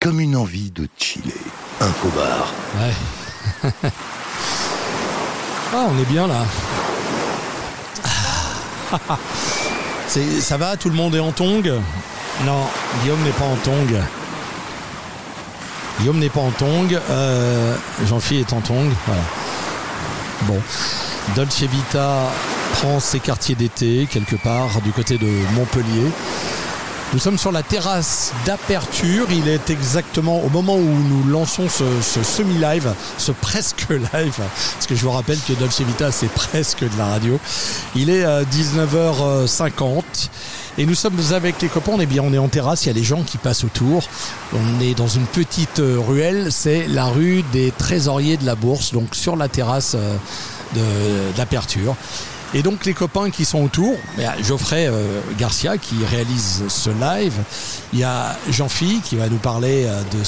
comme une envie de chiller. Infobar. Ouais. Ah, on est bien là. Ça va, tout le monde est en tongs? Non, Guillaume n'est pas en tongs. Guillaume n'est pas en tongs. Jean-Philippe est en tongs. Voilà. Bon. Dolce Vita prend ses quartiers d'été quelque part du côté de Montpellier. Nous sommes sur la terrasse d'Aperture. Il est exactement au moment où nous lançons ce semi-live, ce presque live, parce que je vous rappelle que Dolce Vita, c'est presque de la radio. Il est 19h50 et nous sommes avec les copains. On est en terrasse, il y a les gens qui passent autour. On est dans une petite ruelle, c'est la rue des Trésoriers de la Bourse, donc sur la terrasse d'Aperture. Et donc les copains qui sont autour, Geoffrey Garcia qui réalise ce live, il y a Jean-Philippe qui va nous parler de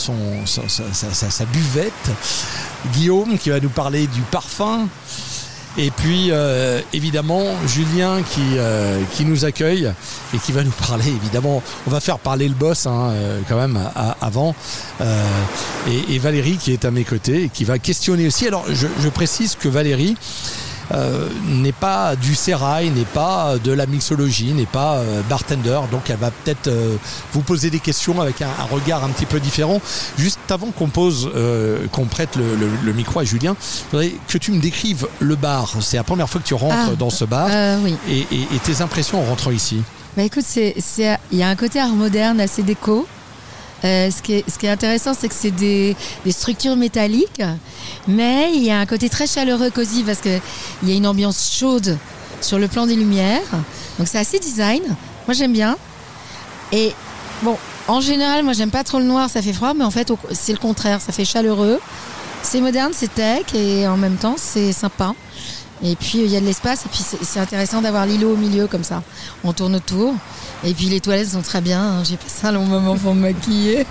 sa buvette, Guillaume qui va nous parler du parfum, et puis évidemment Julien qui nous accueille et qui va nous parler, évidemment, on va faire parler le boss quand même avant, et Valérie qui est à mes côtés et qui va questionner aussi. Alors je précise que Valérie n'est pas du sérail, n'est pas de la mixologie, n'est pas bartender, donc elle va peut-être vous poser des questions avec un regard un petit peu différent. Juste avant qu'on prête le micro à Julien, je voudrais que tu me décrives le bar. C'est la première fois que tu rentres dans ce bar, oui. et tes impressions en rentrant ici. Écoute, il y a un côté art moderne assez déco. Ce qui est intéressant, c'est que c'est des structures métalliques, mais il y a un côté très chaleureux, cosy, parce qu'il y a une ambiance chaude sur le plan des lumières. Donc c'est assez design. Moi j'aime bien. Et bon, en général, moi j'aime pas trop le noir, ça fait froid, mais en fait c'est le contraire, ça fait chaleureux. C'est moderne, c'est tech, et en même temps c'est sympa. Et puis il y a de l'espace, et puis c'est intéressant d'avoir l'îlot au milieu comme ça. On tourne autour. Et puis les toilettes sont très bien. J'ai passé un long moment pour me maquiller.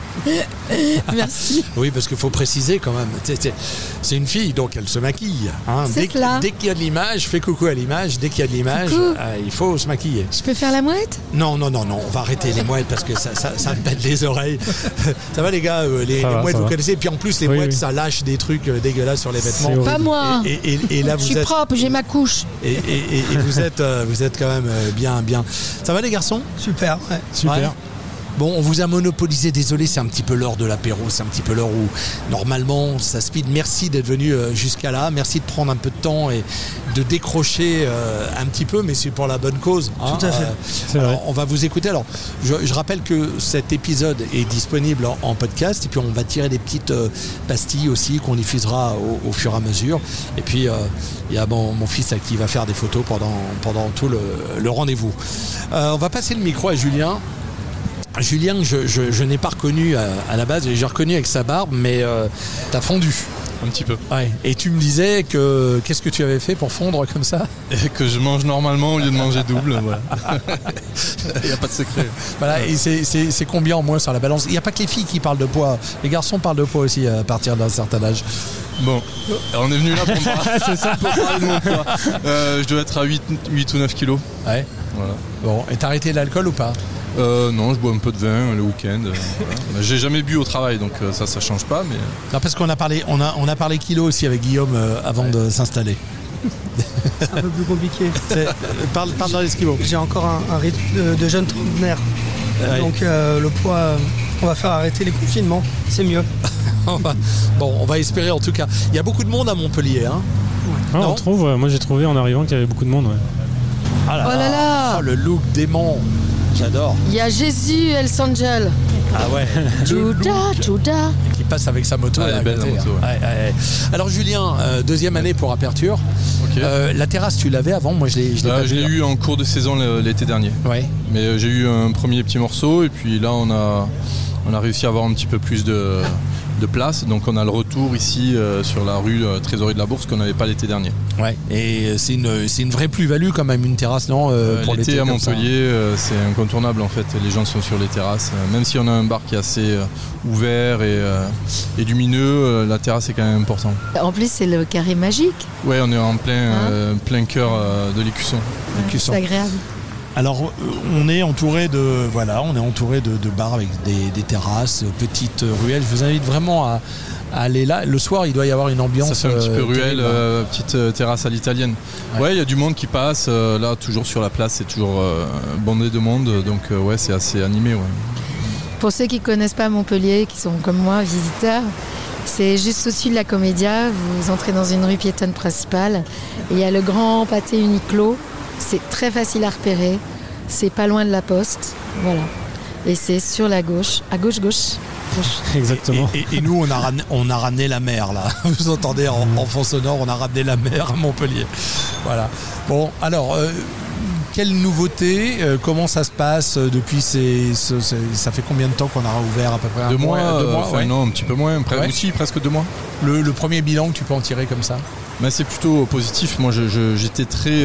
Merci. Oui, parce qu'il faut préciser quand même. C'est une fille, donc elle se maquille. Dès qu'il y a de l'image, fais coucou à l'image. Dès qu'il y a de l'image, il faut se maquiller. Je peux faire la mouette ? Non. On va arrêter les mouettes parce que ça me pète les oreilles. Ça va les gars, les mouettes, vous connaissez. Et puis en plus, les mouettes, ça lâche des trucs dégueulasses sur les vêtements. Pas moi. Et là, je suis propre, j'ai ma couche. Et vous êtes quand même bien. Ça va les garçons ? Super, ouais. Super. Ouais. Bon, on vous a monopolisé, désolé, c'est un petit peu l'heure de l'apéro, c'est un petit peu l'heure où normalement ça speed. Merci d'être venu jusqu'à là, merci de prendre un peu de temps et de décrocher un petit peu, mais c'est pour la bonne cause. Tout à fait. Alors, on va vous écouter. Alors, je rappelle que cet épisode est disponible en podcast, et puis on va tirer des petites pastilles aussi qu'on diffusera au fur et à mesure. Et puis il y a mon fils qui va faire des photos pendant tout le rendez-vous. On va passer le micro à Julien. Julien, je n'ai pas reconnu à la base, j'ai reconnu avec sa barbe, mais t'as fondu. Un petit peu. Ouais. Et tu me disais qu'est-ce que tu avais fait pour fondre comme ça ? Et que je mange normalement au lieu de manger double. Voilà. Il n'y a pas de secret. Voilà. Et c'est combien en moins sur la balance ? Il n'y a pas que les filles qui parlent de poids, les garçons parlent de poids aussi à partir d'un certain âge. Bon, on est venu là pour parler de mon poids. Je dois être à 8 ou 9 kilos. Ouais. Voilà. Bon, et t'as arrêté l'alcool ou pas ? Non, je bois un peu de vin le week-end. Voilà. J'ai jamais bu au travail, donc ça change pas. Mais... Non, parce qu'on a parlé kilos aussi avec Guillaume avant de s'installer. C'est un peu plus compliqué. Parle dans l'esquivo. J'ai encore un rythme de jeune trentenaire. Donc le poids, on va faire arrêter les confinements, c'est mieux. On va espérer en tout cas. Il y a beaucoup de monde à Montpellier. Hein. Ouais. On trouve, moi j'ai trouvé en arrivant qu'il y avait beaucoup de monde. Ouais. Oh là là, le look démon, j'adore. Il y a Jésus El Angel. Ah ouais. Judas. Qui passe avec sa moto. Elle est belle la moto. Ouais. Alors Julien, deuxième année pour Aperture. Okay. La terrasse, tu l'avais avant ? Moi je l'ai eu en cours de saison l'été dernier. Ouais. Mais j'ai eu un premier petit morceau et puis là on a réussi à avoir un petit peu plus de place, donc on a le retour ici sur la rue Trésorier de la Bourse qu'on n'avait pas l'été dernier. Ouais, et c'est une vraie plus-value quand même, une terrasse, non pour l'été à Montpellier, c'est incontournable en fait, les gens sont sur les terrasses, même si on a un bar qui est assez ouvert et lumineux, la terrasse est quand même importante. En plus c'est le carré magique. Ouais, on est en plein cœur de l'Écusson. C'est agréable. Alors, on est entouré de bars avec des terrasses, petites ruelles. Je vous invite vraiment à aller là. Le soir, il doit y avoir une ambiance. Ça fait un petit peu ruelle, petite terrasse à l'italienne. Ouais, il y a du monde qui passe. Là, toujours sur la place, c'est toujours bondé de monde. Donc, c'est assez animé. Ouais. Pour ceux qui ne connaissent pas Montpellier, qui sont comme moi, visiteurs, c'est juste au-dessus de la Comédia. Vous entrez dans une rue piétonne principale. Et il y a le grand pâté Uniqlo. C'est très facile à repérer. C'est pas loin de la Poste. Voilà. Et c'est sur la gauche. À gauche. Exactement. Et nous, on a ramené la mer, là. Vous entendez en fond sonore, on a ramené la mer à Montpellier. Voilà. Bon, alors, quelle nouveauté, comment ça se passe depuis ça fait combien de temps qu'on a rouvert à peu près? 2 mois, ouais. Non, un petit peu moins, aussi presque 2 mois. Le premier bilan que tu peux en tirer comme ça? C'est plutôt positif. Moi, j'étais très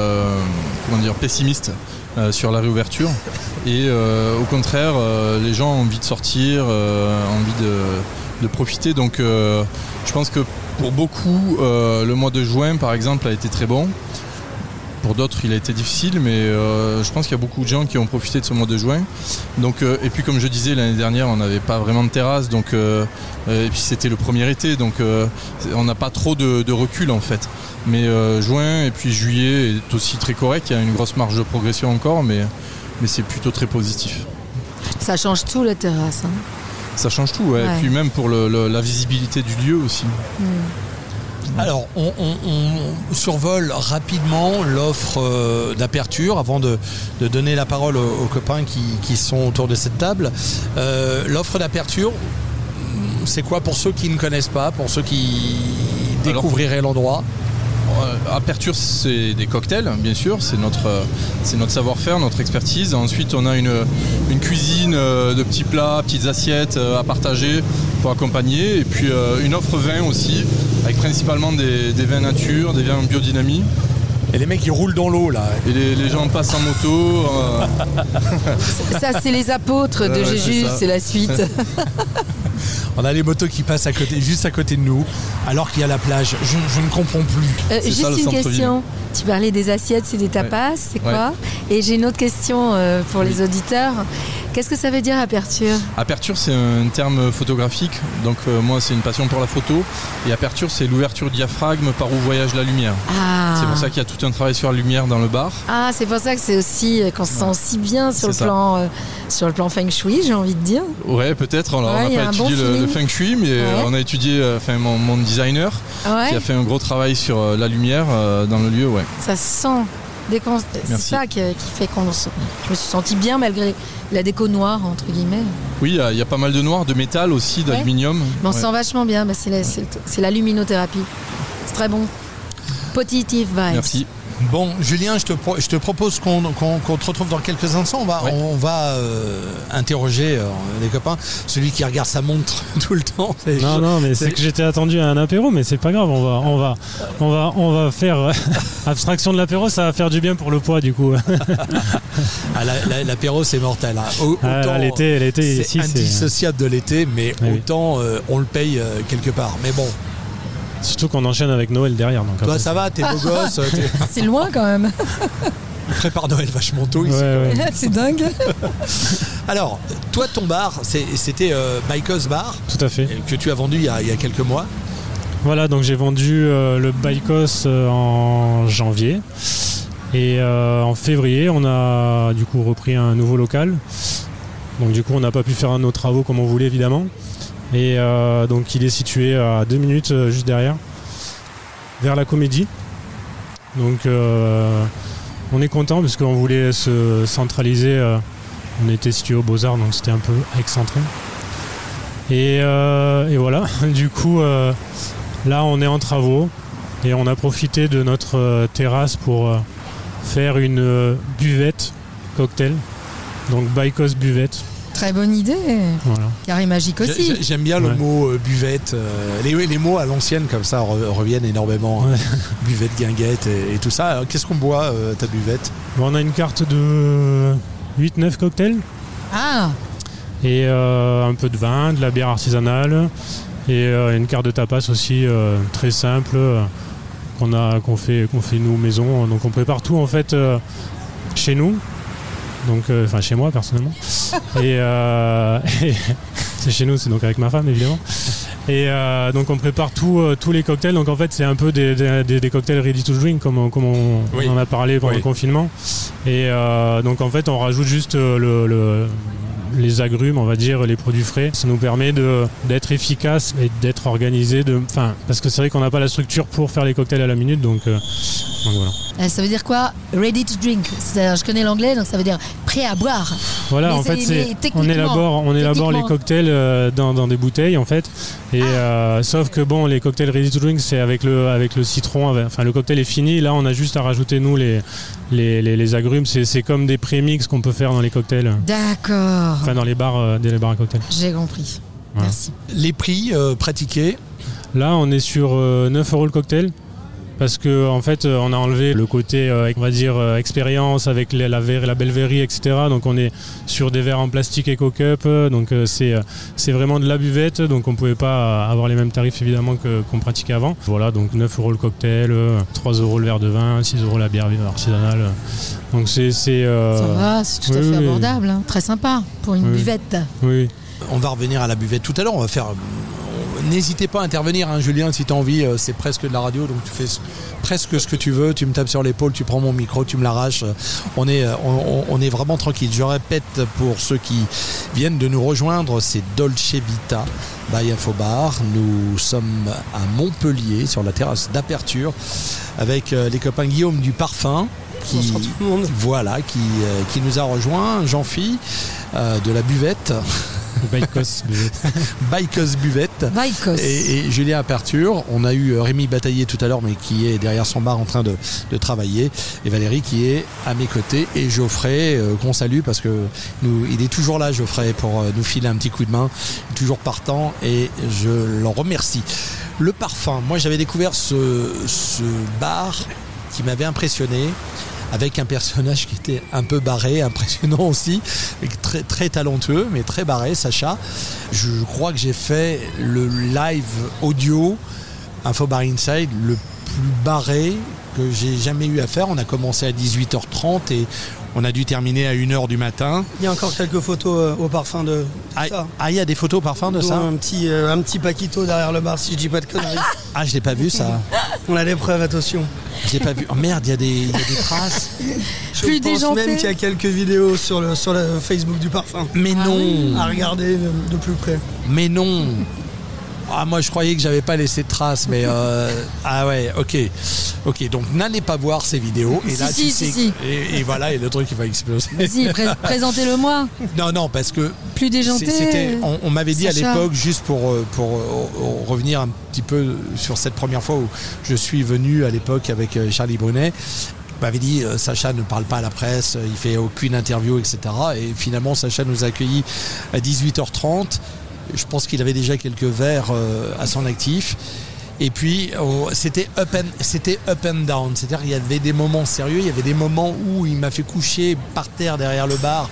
pessimiste sur la réouverture. Et au contraire, les gens ont envie de sortir, envie de profiter. Donc, je pense que pour beaucoup, le mois de juin, par exemple, a été très bon. Pour d'autres, il a été difficile, mais je pense qu'il y a beaucoup de gens qui ont profité de ce mois de juin. Donc, et puis, comme je disais, l'année dernière, on n'avait pas vraiment de terrasse. Donc, et puis, c'était le premier été. Donc, on n'a pas trop de recul, en fait. Mais juin et puis juillet est aussi très correct. Il y a une grosse marge de progression encore, mais c'est plutôt très positif. Ça change tout, la terrasse. Hein. Ça change tout, ouais. Et puis même pour la visibilité du lieu aussi. Alors, on survole rapidement l'offre d'aperture avant de donner la parole aux copains qui sont autour de cette table. L'offre d'aperture, c'est quoi pour ceux qui ne connaissent pas, pour ceux qui découvriraient l'endroit? Aperture, c'est des cocktails, bien sûr, c'est notre savoir-faire, notre expertise. Ensuite, on a une cuisine de petits plats, petites assiettes à partager pour accompagner. Et puis une offre vin aussi, avec principalement des vins nature, des vins biodynamie. Et les mecs, ils roulent dans l'eau, là. Et les gens passent en moto. Ça, c'est les apôtres de Jésus, c'est la suite. On a les motos qui passent juste à côté de nous, alors qu'il y a la plage. Je ne comprends plus. Juste ça, une question. Tu parlais des assiettes, c'est des tapas, c'est quoi? Et j'ai une autre question pour les auditeurs. Qu'est-ce que ça veut dire aperture? Aperture, c'est un terme photographique. Donc moi, c'est une passion pour la photo. Et aperture, c'est l'ouverture diaphragme par où voyage la lumière. Ah. C'est pour ça qu'il y a tout un travail sur la lumière dans le bar. Ah, c'est pour ça que c'est aussi qu'on se sent aussi bien sur le plan feng shui, j'ai envie de dire. Ouais, peut-être. Alors, on n'a pas étudié le feng shui, mais on a étudié mon designer qui a fait un gros travail sur la lumière dans le lieu. Ouais. Ça se sent. C'est ça qui fait je me suis sentie bien malgré la déco noire, entre guillemets. Oui, il y a pas mal de noir, de métal aussi, d'aluminium. Mais on se sent vachement bien. C'est la luminothérapie. C'est très bon. Positive vibes. Merci. Bon, Julien, je te propose qu'on te retrouve dans quelques instants. On va interroger les copains. Celui qui regarde sa montre tout le temps. Non, mais c'est que j'étais attendu à un apéro, mais c'est pas grave. On va faire abstraction de l'apéro. Ça va faire du bien pour le poids, du coup. L'apéro, c'est mortel. Hein. Autant, l'été c'est ici, indissociable de l'été, mais autant on le paye quelque part. Mais bon. Surtout qu'on enchaîne avec Noël derrière. Donc toi, ça va, t'es beau gosse. C'est loin quand même. On prépare Noël vachement tôt ici. Ouais. C'est dingue. Alors, toi, ton bar, c'était Bikos Bar. Tout à fait. Que tu as vendu il y a quelques mois. Voilà, donc j'ai vendu le Bikos en janvier. Et en février, on a du coup repris un nouveau local. Donc du coup, on n'a pas pu faire nos travaux comme on voulait, évidemment. Et donc il est situé à 2 minutes juste derrière, vers la Comédie. Donc on est content parce qu'on voulait se centraliser. On était situé aux Beaux-Arts, donc c'était un peu excentré. Et voilà, du coup là on est en travaux et on a profité de notre terrasse pour faire une buvette cocktail. Donc Bikos buvette. Très bonne idée. Voilà. Carré magique aussi. J'aime bien le mot buvette. Les mots à l'ancienne comme ça reviennent énormément. Ouais. Buvette, guinguette et tout ça. Alors, qu'est-ce qu'on boit, ta buvette? On a une carte de 8-9 cocktails. Ah. Et un peu de vin, de la bière artisanale. Et une carte de tapas aussi très simple qu'on fait nous maison. Donc on prépare tout en fait chez nous. Donc, enfin, chez moi, personnellement. Et c'est chez nous, c'est donc avec ma femme, évidemment. Et donc on prépare tous les cocktails. Donc en fait c'est un peu des cocktails ready to drink comme on en a parlé pendant le confinement. Et donc en fait on rajoute juste les agrumes, on va dire, les produits frais. Ça nous permet d'être efficace et d'être organisé. Parce que c'est vrai qu'on n'a pas la structure pour faire les cocktails à la minute. Donc voilà. Ça veut dire quoi? Ready to drink. Je connais l'anglais, donc ça veut dire prêt à boire. Voilà, en fait, on élabore les cocktails dans des bouteilles, en fait. Et sauf que bon, les cocktails ready to drink, c'est avec le citron. Enfin, le cocktail est fini. Là, on a juste à rajouter nous les agrumes. C'est comme des prémix qu'on peut faire dans les cocktails. D'accord. Enfin, dans les bars à cocktails. J'ai compris. Voilà. Merci. Les prix pratiqués? Là, on est sur 9 € le cocktail. Parce que en fait, on a enlevé le côté, on va dire, expérience avec la belle verrerie, etc. Donc on est sur des verres en plastique EcoCup. Donc c'est vraiment de la buvette. Donc on ne pouvait pas avoir les mêmes tarifs évidemment qu'on pratiquait avant. Voilà, donc 9 € le cocktail, 3 € le verre de vin, 6 € la bière artisanale. Donc c'est ça va, c'est tout à fait abordable, hein. Très sympa pour une buvette. Oui. On va revenir à la buvette tout à l'heure. On va faire. N'hésitez pas à intervenir, hein, Julien, si tu as envie. C'est presque de la radio, donc tu fais presque ce que tu veux. Tu me tapes sur l'épaule, tu prends mon micro, tu me l'arraches. On est vraiment tranquille. Je répète pour ceux qui viennent de nous rejoindre, c'est Dolce Vita by Infobar. Nous sommes à Montpellier, sur la terrasse d'Aperture, avec les copains Guillaume du Parfum. Qui nous a rejoint, Jean-Phi de la buvette. Baikos Buvette. Et Julien Aperture. On a eu Rémi Bataillé tout à l'heure, mais qui est derrière son bar en train de travailler. Et Valérie qui est à mes côtés. Et Geoffrey, qu'on salue parce que il est toujours là, Geoffrey, pour nous filer un petit coup de main. Toujours partant et je l'en remercie. Le Parfum. Moi, j'avais découvert ce bar qui m'avait impressionné, avec un personnage qui était un peu barré, impressionnant aussi, très, très talentueux, mais très barré, Sacha. Je crois que j'ai fait le live audio Infobar Inside le plus barré que j'ai jamais eu à faire. On a commencé à 18h30 et on a dû terminer à 1h du matin. Il y a encore quelques photos au parfum de ça. Ah, il y a des photos au parfum de ça? Un petit paquito derrière le bar, si je dis pas de conneries. Ah, je l'ai pas vu ça. On a des preuves, attention. Je l'ai pas vu. Oh merde, il y a des traces. Je pense même qu'il y a quelques vidéos sur le Facebook du parfum. Mais non. À regarder de plus près. Mais non. Ah, moi je croyais que j'avais pas laissé de traces, mais ah ouais, ok, donc n'allez pas voir ces vidéos. Et là tu sais, et voilà, et le truc il va exploser. Vas-y, présentez-le moi. Non, parce que plus déjanté. On m'avait dit Sacha. à l'époque, juste pour revenir un petit peu sur cette première fois où je suis venu à l'époque avec Charlie Brunet. M'avait dit Sacha ne parle pas à la presse, il fait aucune interview, etc. Et finalement Sacha nous a accueillis à 18h30. Je pense qu'il avait déjà quelques verres à son actif. Et puis c'était up and down. C'est-à-dire qu'il y avait des moments sérieux, il y avait des moments où il m'a fait coucher par terre derrière le bar.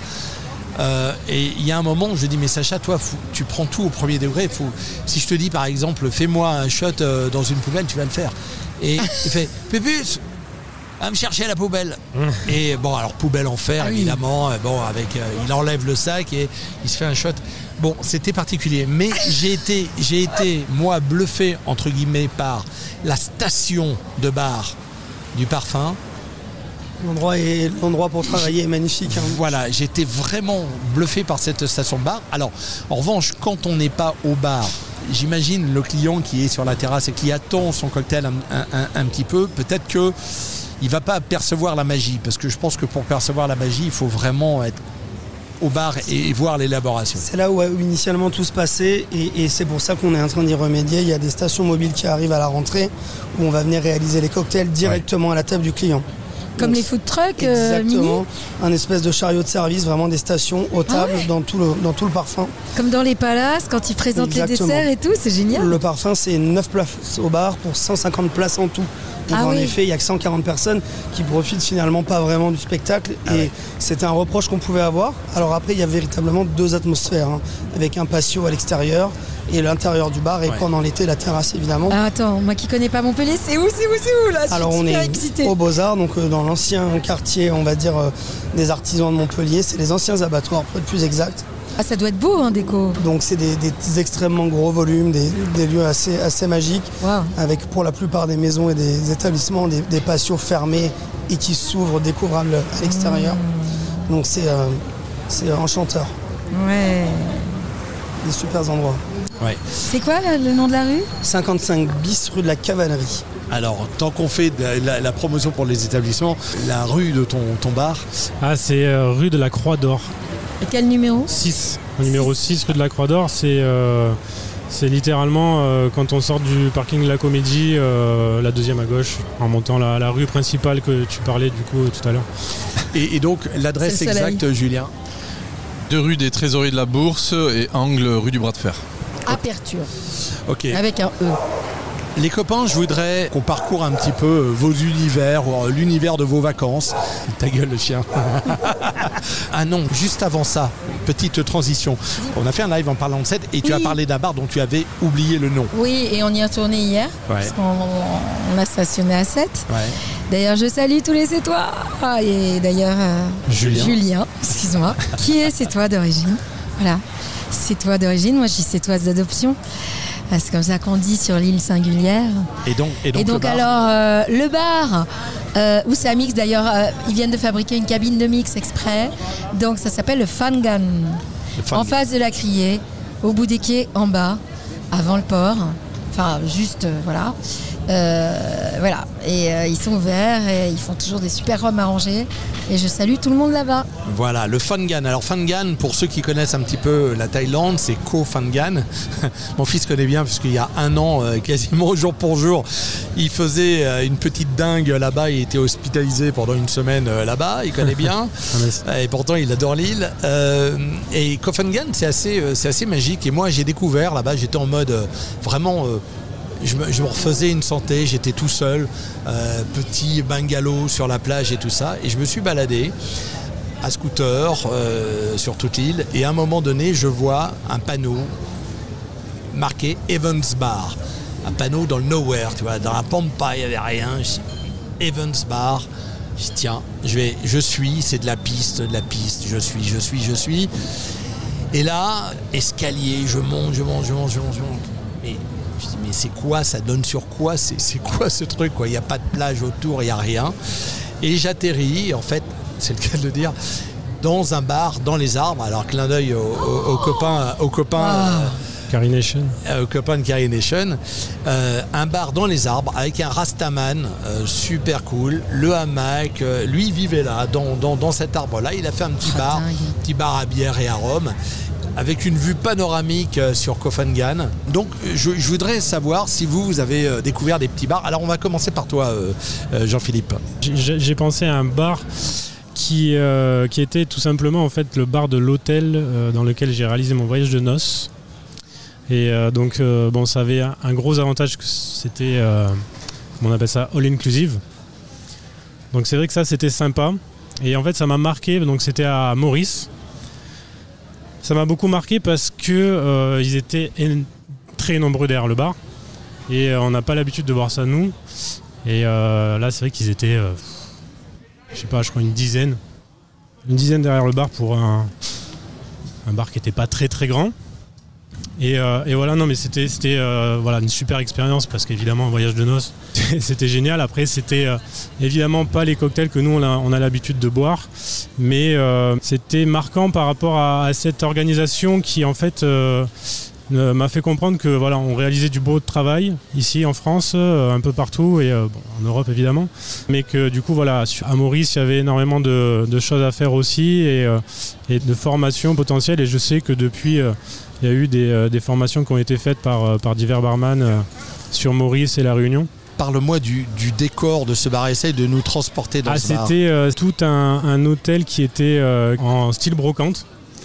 Et il y a un moment où je dis mais Sacha, toi tu prends tout au premier degré. Si je te dis par exemple fais-moi un shot dans une poubelle, tu vas le faire. Et il fait Pépus, à me chercher la poubelle. Et bon, alors poubelle en fer, évidemment. Bon, il enlève le sac et il se fait un shot. Bon, c'était particulier, mais j'ai été moi bluffé entre guillemets par la station de bar du parfum. L'endroit pour travailler est magnifique. Hein. Voilà, j'étais vraiment bluffé par cette station de bar. Alors, en revanche, quand on n'est pas au bar, j'imagine le client qui est sur la terrasse et qui attend son cocktail un petit peu, peut-être que il va pas percevoir la magie, parce que je pense que pour percevoir la magie, il faut vraiment être au bar et voir l'élaboration. C'est là où initialement tout se passait et c'est pour ça qu'on est en train d'y remédier. Il y a des stations mobiles qui arrivent à la rentrée où on va venir réaliser les cocktails directement à la table du client. Comme les food trucks exactement, un espèce de chariot de service, vraiment des stations aux tables dans tout le parfum. Comme dans les palaces, quand ils présentent les desserts et tout, c'est génial. Le parfum, c'est 9 places au bar pour 150 places en tout. Et en effet, il y a que 140 personnes qui profitent finalement pas vraiment du spectacle. C'était un reproche qu'on pouvait avoir. Alors après, il y a véritablement 2 atmosphères, hein, avec un patio à l'extérieur et l'intérieur du bar, et pendant l'été, la terrasse évidemment. Ah, attends, moi qui connais pas Montpellier, c'est où là? Alors on est excitée. au Beaux-Arts, donc dans l'ancien quartier, on va dire, des artisans de Montpellier. C'est les anciens abattoirs, pour être plus exact. Ah, ça doit être beau, hein, déco. Donc c'est des extrêmement gros volumes, des lieux assez magiques, avec pour la plupart des maisons et des établissements des patios fermés et qui s'ouvrent découvrables à l'extérieur. Donc c'est enchanteur. Ouais. Des super endroits. Ouais. C'est quoi le nom de la rue? 55 bis rue de la Cavalerie. Alors, tant qu'on fait la promotion pour les établissements, la rue de ton bar. Ah, c'est rue de la Croix d'Or. Et quel numéro? 6. Numéro 6 rue de la Croix d'Or, c'est littéralement quand on sort du parking de la Comédie, la deuxième à gauche, en montant la rue principale que tu parlais du coup tout à l'heure. Et donc, l'adresse exacte, Julien? 2 rue des Trésoriers de la Bourse et angle rue du Bras de Fer. Aperture. Ok. Avec un E. Les copains, je voudrais qu'on parcourt un petit peu vos univers, l'univers de vos vacances. Ta gueule, le chien. Ah non, juste avant ça, petite transition. On a fait un live en parlant de 7 et tu as parlé d'un bar dont tu avais oublié le nom. Oui, et on y a tourné hier, parce qu'on a stationné à 7. Ouais. D'ailleurs, je salue tous les Sétois. Et d'ailleurs, Julien, excuse-moi, qui est Sétois d'origine. Voilà, Sétois d'origine, moi je suis Sétoise d'adoption. C'est comme ça qu'on dit sur l'île singulière. Et donc le bar. Alors, le bar, où c'est un mix d'ailleurs, ils viennent de fabriquer une cabine de mix exprès. Donc ça s'appelle le Fangan. En face de la Criée, au bout des quais, en bas, avant le port. Enfin, juste, voilà. Voilà. Et ils sont ouverts et ils font toujours des super rhums arrangés. Et je salue tout le monde là-bas. Voilà, le Fangan. Alors Fangan, pour ceux qui connaissent un petit peu la Thaïlande, c'est Koh Phangan. Mon fils connaît bien puisqu'il y a 1 an, quasiment jour pour jour, il faisait une petite dingue là-bas. Il était hospitalisé pendant une semaine là-bas. Il connaît bien. Et pourtant, il adore l'île. Et Koh Phangan, c'est assez magique. Et moi, j'ai découvert là-bas, j'étais en mode vraiment... Je me refaisais une santé, j'étais tout seul, petit bungalow sur la plage et tout ça, et je me suis baladé à scooter sur toute l'île, et à un moment donné, je vois un panneau marqué Evans Bar, un panneau dans le nowhere, tu vois, dans la pampa, il n'y avait rien. Evans Bar, je dis tiens, c'est de la piste, je suis. Et là, escalier, je monte. Mais c'est quoi, ça donne sur quoi, c'est quoi ce truc quoi? Il n'y a pas de plage autour, il n'y a rien. Et j'atterris, en fait, c'est le cas de le dire, dans un bar dans les arbres. Alors clin d'œil aux copains Carination. Aux copains de Carination. Un bar dans les arbres avec un Rastaman super cool, le hamac, lui il vivait là, dans cet arbre-là. Il a fait un petit bar à bière et à rhum, avec une vue panoramique sur Koh Phangan. Donc je voudrais savoir si vous avez découvert des petits bars. Alors on va commencer par toi, Jean-Philippe. J'ai pensé à un bar qui était tout simplement en fait le bar de l'hôtel dans lequel j'ai réalisé mon voyage de noces. Et donc ça avait un gros avantage, que c'était, on appelle ça all inclusive. Donc c'est vrai que ça c'était sympa. Et en fait ça m'a marqué, donc c'était à Maurice. Ça m'a beaucoup marqué parce que ils étaient très nombreux derrière le bar et on n'a pas l'habitude de voir ça nous. Et là c'est vrai qu'ils étaient, je crois une dizaine derrière le bar pour un bar qui n'était pas très très grand. Et voilà, non mais c'était une super expérience parce qu'évidemment un voyage de noces c'était génial. Après c'était évidemment pas les cocktails que nous on a l'habitude de boire, mais c'était marquant par rapport à cette organisation qui en fait m'a fait comprendre que voilà, on réalisait du beau travail ici en France, un peu partout et en Europe évidemment, mais que du coup voilà, à Maurice il y avait énormément de choses à faire aussi et de formations potentielles. Et je sais que depuis il y a eu des formations qui ont été faites par divers barman sur Maurice et La Réunion. Parle-moi du décor de ce bar. Essaye de nous transporter dans ce bar. C'était tout un hôtel qui était en style brocante.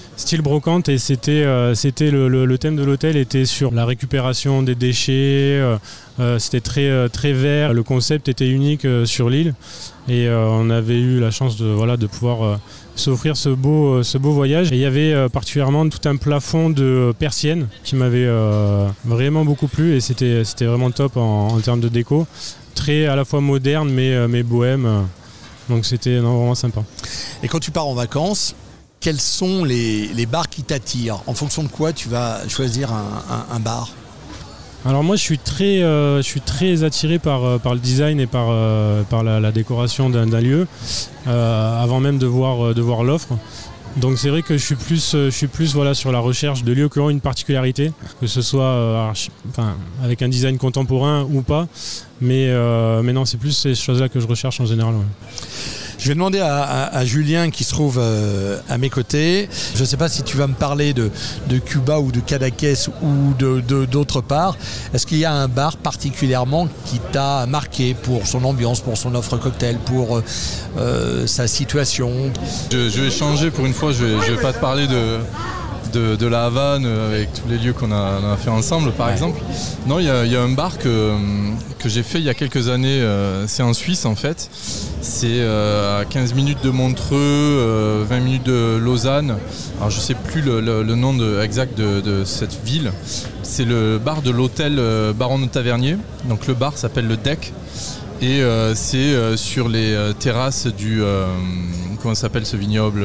style brocante, et c'était le thème de l'hôtel était sur la récupération des déchets. C'était très vert. Le concept était unique sur l'île, et on avait eu la chance de pouvoir s'offrir ce beau voyage. Et il y avait particulièrement tout un plafond de persiennes qui m'avait vraiment beaucoup plu, et c'était vraiment top en termes de déco. Très à la fois moderne mais bohème. Donc c'était vraiment sympa. Et quand tu pars en vacances, quels sont les bars qui t'attirent ? En fonction de quoi tu vas choisir un bar ? Alors moi je suis très attiré par le design et par la décoration d'un lieu avant même de voir l'offre. Donc c'est vrai que je suis plus sur la recherche de lieux qui ont une particularité, que ce soit avec un design contemporain ou pas, mais non, c'est plus ces choses-là que je recherche en général. Ouais. Je vais demander à Julien qui se trouve à mes côtés. Je ne sais pas si tu vas me parler de Cuba ou de Cadaqués ou d'autre part. Est-ce qu'il y a un bar particulièrement qui t'a marqué pour son ambiance, pour son offre cocktail, pour sa situation ? Je vais changer pour une fois, je vais pas te parler de la Havane avec tous les lieux qu'on a fait ensemble par exemple. Non, il y a un bar que j'ai fait il y a quelques années, c'est en Suisse en fait. C'est à 15 minutes de Montreux, 20 minutes de Lausanne. Alors je sais plus le nom exact de cette ville. C'est le bar de l'hôtel Baron de Tavernier. Donc le bar s'appelle le Deck. Et c'est sur les terrasses du... comment s'appelle ce vignoble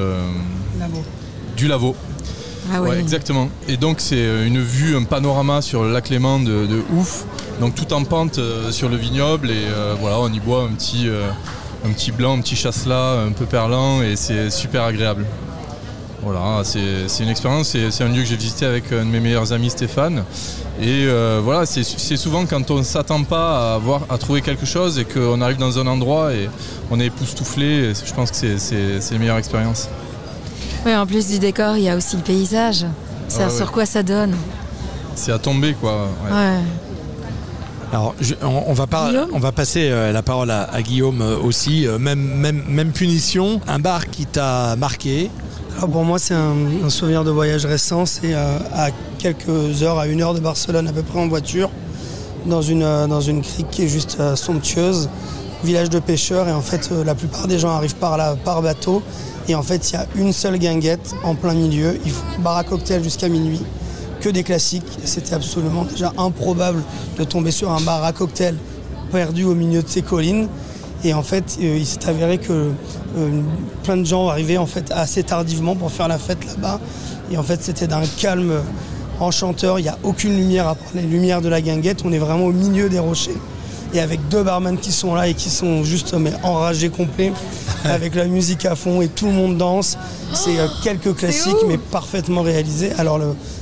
Du Lavaux. Ah ouais. Ouais, exactement. Et donc c'est une vue, un panorama sur le lac Léman de ouf. Donc tout en pente sur le vignoble, et voilà, on y boit un petit blanc, un petit chasselas un peu perlant, et c'est super agréable. Voilà, c'est une expérience, c'est un lieu que j'ai visité avec un de mes meilleurs amis, Stéphane. Et voilà, c'est souvent quand on ne s'attend pas à trouver quelque chose et qu'on arrive dans un endroit et on est époustouflé, je pense que c'est les meilleures expériences. Oui, en plus du décor, il y a aussi le paysage. Sur quoi ça donne. C'est à tomber, quoi. Ouais. Alors, on va passer la parole à Guillaume aussi. Même punition. Un bar qui t'a marqué ? Alors pour moi, c'est un souvenir de voyage récent. C'est à quelques heures, à 1 heure de Barcelone à peu près en voiture, dans une crique qui est juste somptueuse, village de pêcheurs. Et en fait, la plupart des gens arrivent par bateau. Et en fait, il y a une seule guinguette en plein milieu. Ils font bar à cocktail jusqu'à minuit, que des classiques. C'était absolument déjà improbable de tomber sur un bar à cocktail perdu au milieu de ces collines. Et en fait, il s'est avéré que plein de gens arrivaient en fait assez tardivement pour faire la fête là-bas. Et en fait, c'était d'un calme enchanteur. Il n'y a aucune lumière à part les lumières de la guinguette. On est vraiment au milieu des rochers. Et avec 2 barman qui sont là et qui sont juste enragés complets, avec la musique à fond et tout le monde danse. C'est quelques classiques mais parfaitement réalisés. Alors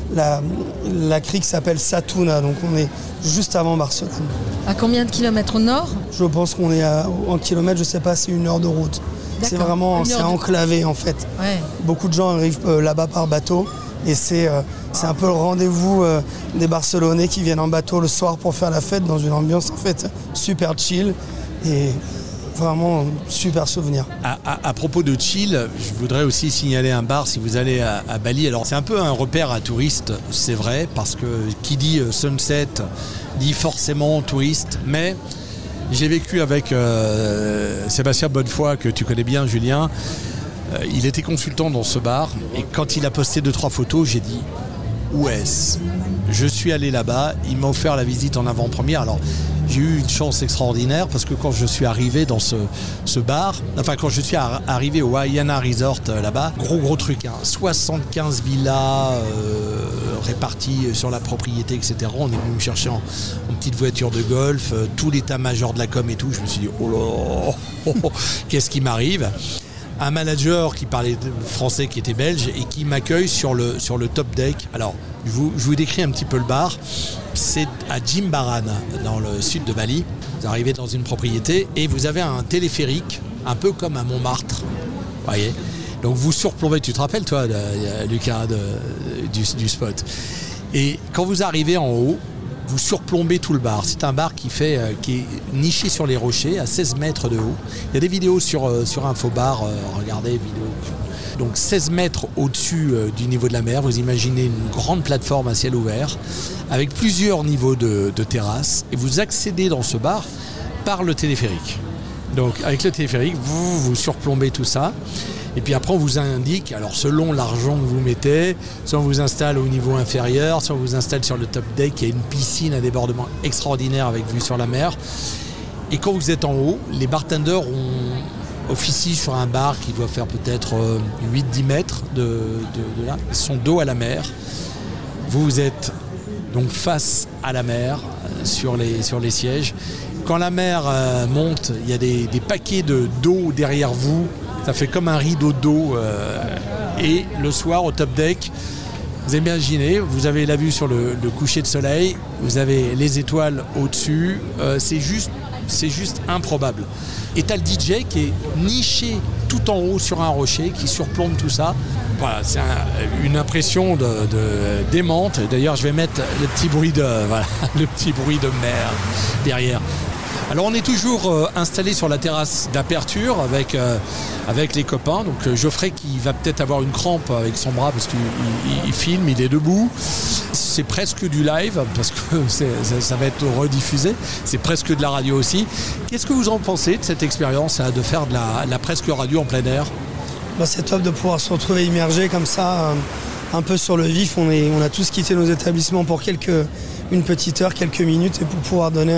la crique s'appelle Satuna, donc on est juste avant Barcelone. À combien de kilomètres au nord ? Je pense qu'on est en kilomètres, je sais pas, c'est 1 heure de route. C'est vraiment enclavé en fait. Ouais. Beaucoup de gens arrivent là-bas par bateau. Et c'est un peu le rendez-vous des Barcelonais qui viennent en bateau le soir pour faire la fête dans une ambiance en fait super chill et vraiment super souvenir. À propos de chill, je voudrais aussi signaler un bar si vous allez à Bali. Alors c'est un peu un repère à touristes, c'est vrai, parce que qui dit sunset dit forcément touriste, mais j'ai vécu avec Sébastien Bonnefoy, que tu connais bien, Julien. Il était consultant dans ce bar et quand il a posté 2-3 photos, j'ai dit où est-ce ? Je suis allé là-bas, il m'a offert la visite en avant-première. Alors j'ai eu une chance extraordinaire parce que quand je suis arrivé dans ce bar, quand je suis arrivé au Ayana Resort là-bas, gros truc, 75 villas réparties sur la propriété, etc. On est venu me chercher en petite voiture de golf, tout l'état-major de la com et tout. Je me suis dit oh là, qu'est-ce qui m'arrive ? Un manager qui parlait français, qui était belge et qui m'accueille sur le top deck. Alors, je vous décris un petit peu le bar. C'est à Jimbaran, dans le sud de Bali. Vous arrivez dans une propriété et vous avez un téléphérique, un peu comme à Montmartre. Vous voyez ? Donc vous surplombez, tu te rappelles toi, Lucas, du spot. Et quand vous arrivez en haut, vous surplombez tout le bar. C'est un bar qui est niché sur les rochers à 16 mètres de haut. Il y a des vidéos sur Infobar, regardez vidéos Donc 16 mètres au-dessus du niveau de la mer, vous imaginez une grande plateforme à ciel ouvert avec plusieurs niveaux de terrasse et vous accédez dans ce bar par le téléphérique. Donc avec le téléphérique, vous surplombez tout ça. Et puis après, on vous indique, alors selon l'argent que vous mettez, soit on vous installe au niveau inférieur, soit on vous installe sur le top deck, il y a une piscine à débordement extraordinaire avec vue sur la mer. Et quand vous êtes en haut, les bartenders officient sur un bar qui doit faire peut-être 8-10 mètres de là. Ils sont dos à la mer. Vous êtes donc face à la mer sur les sièges. Quand la mer monte, il y a des paquets d'eau derrière vous. Ça fait comme un rideau d'eau. Et le soir, au top deck, vous imaginez, vous avez la vue sur le coucher de soleil, vous avez les étoiles au-dessus. C'est juste improbable. Et t'as le DJ qui est niché tout en haut sur un rocher, qui surplombe tout ça. Voilà, c'est une impression démente. D'ailleurs, je vais mettre le petit bruit de mer derrière. Alors on est toujours installé sur la terrasse d'aperture avec les copains. Donc Geoffrey qui va peut-être avoir une crampe avec son bras parce qu'il filme, il est debout. C'est presque du live parce que ça va être rediffusé. C'est presque de la radio aussi. Qu'est-ce que vous en pensez de cette expérience de faire de la presque radio en plein air ? C'est top de pouvoir se retrouver immergé comme ça, un peu sur le vif. On a tous quitté nos établissements pour une petite heure, quelques minutes, et pour pouvoir donner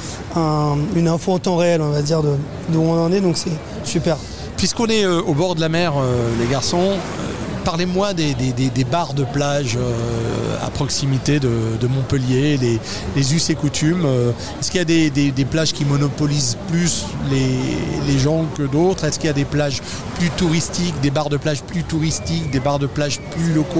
une info en temps réel, on va dire, d'où on en est, donc c'est super. Puisqu'on est au bord de la mer, les garçons, parlez-moi des bars de plage à proximité de Montpellier, les us et coutumes. Est-ce qu'il y a des plages qui monopolisent plus les gens que d'autres ? Est-ce qu'il y a des plages plus touristiques, des bars de plage plus touristiques, des bars de plage plus locaux ?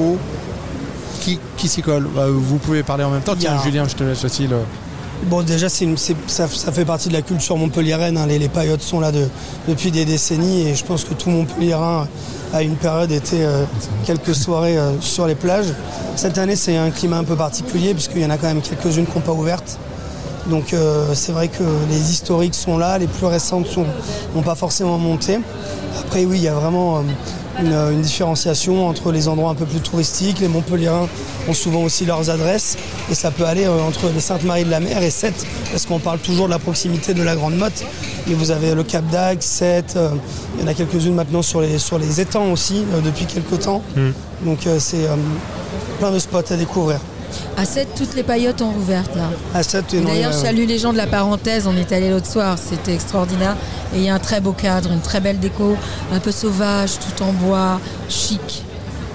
Qui s'y colle ? Vous pouvez parler en même temps. Tiens, Julien, je te laisse aussi le... Bon, déjà, ça fait partie de la culture montpelliéraine. Les paillotes sont là depuis des décennies et je pense que tout Montpelliérain a une période été quelques soirées sur les plages. Cette année, c'est un climat un peu particulier puisqu'il y en a quand même quelques-unes qui n'ont pas ouvertes. Donc c'est vrai que les historiques sont là, les plus récentes n'ont pas forcément monté. Après, oui, il y a vraiment une différenciation entre les endroits un peu plus touristiques. Les Montpelliérains ont souvent aussi leurs adresses et ça peut aller entre les Sainte-Marie-de-la-Mer et Sète, parce qu'on parle toujours de la proximité de la Grande Motte. Et vous avez le Cap d'Agde, Sète, il y en a quelques-unes maintenant sur les étangs aussi depuis quelques temps. Donc c'est plein de spots à découvrir. À Sète, toutes les paillotes ont rouvertes là. À Sète, et d'ailleurs, je salue les gens de la Parenthèse, on est allé l'autre soir, c'était extraordinaire. Et il y a un très beau cadre, une très belle déco, un peu sauvage, tout en bois, chic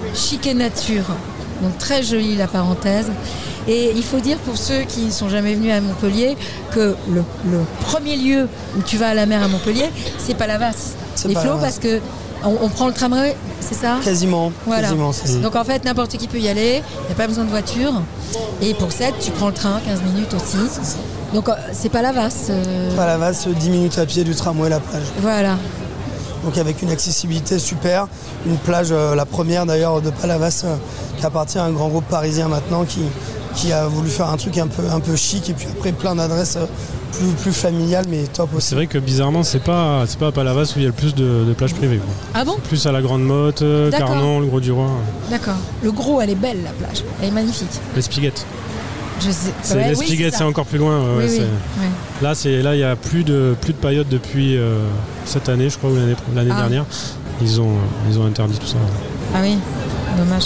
et nature. Donc très jolie la Parenthèse. Et il faut dire pour ceux qui ne sont jamais venus à Montpellier que le premier lieu où tu vas à la mer à Montpellier, c'est Palavas. Les flots, parce que on prend le tramway, c'est ça ? Quasiment, voilà. Quasiment, c'est ça. Donc en fait, n'importe qui peut y aller, il n'y a pas besoin de voiture. Et pour Sète, tu prends le train, 15 minutes aussi. C'est donc c'est Palavas. Palavas, 10 minutes à pied du tramway, la plage. Voilà. Donc avec une accessibilité super, une plage, la première d'ailleurs de Palavas, qui appartient à un grand groupe parisien maintenant qui a voulu faire un truc un peu chic, et puis après plein d'adresses plus familiales mais top aussi. C'est vrai que bizarrement c'est pas à Palavas où il y a le plus de plages privées, quoi. Ah bon ? Plus à la Grande Motte, Carnon, le Gros du Roi. D'accord. Le Gros, elle est belle la plage, elle est magnifique. Les Spiguettes. Je sais. Les Spiguettes, c'est encore plus loin. Oui, oui. Là, il y a plus de paillotes depuis cette année, je crois, ou l'année dernière. Ils ont interdit tout ça. Ah oui, dommage.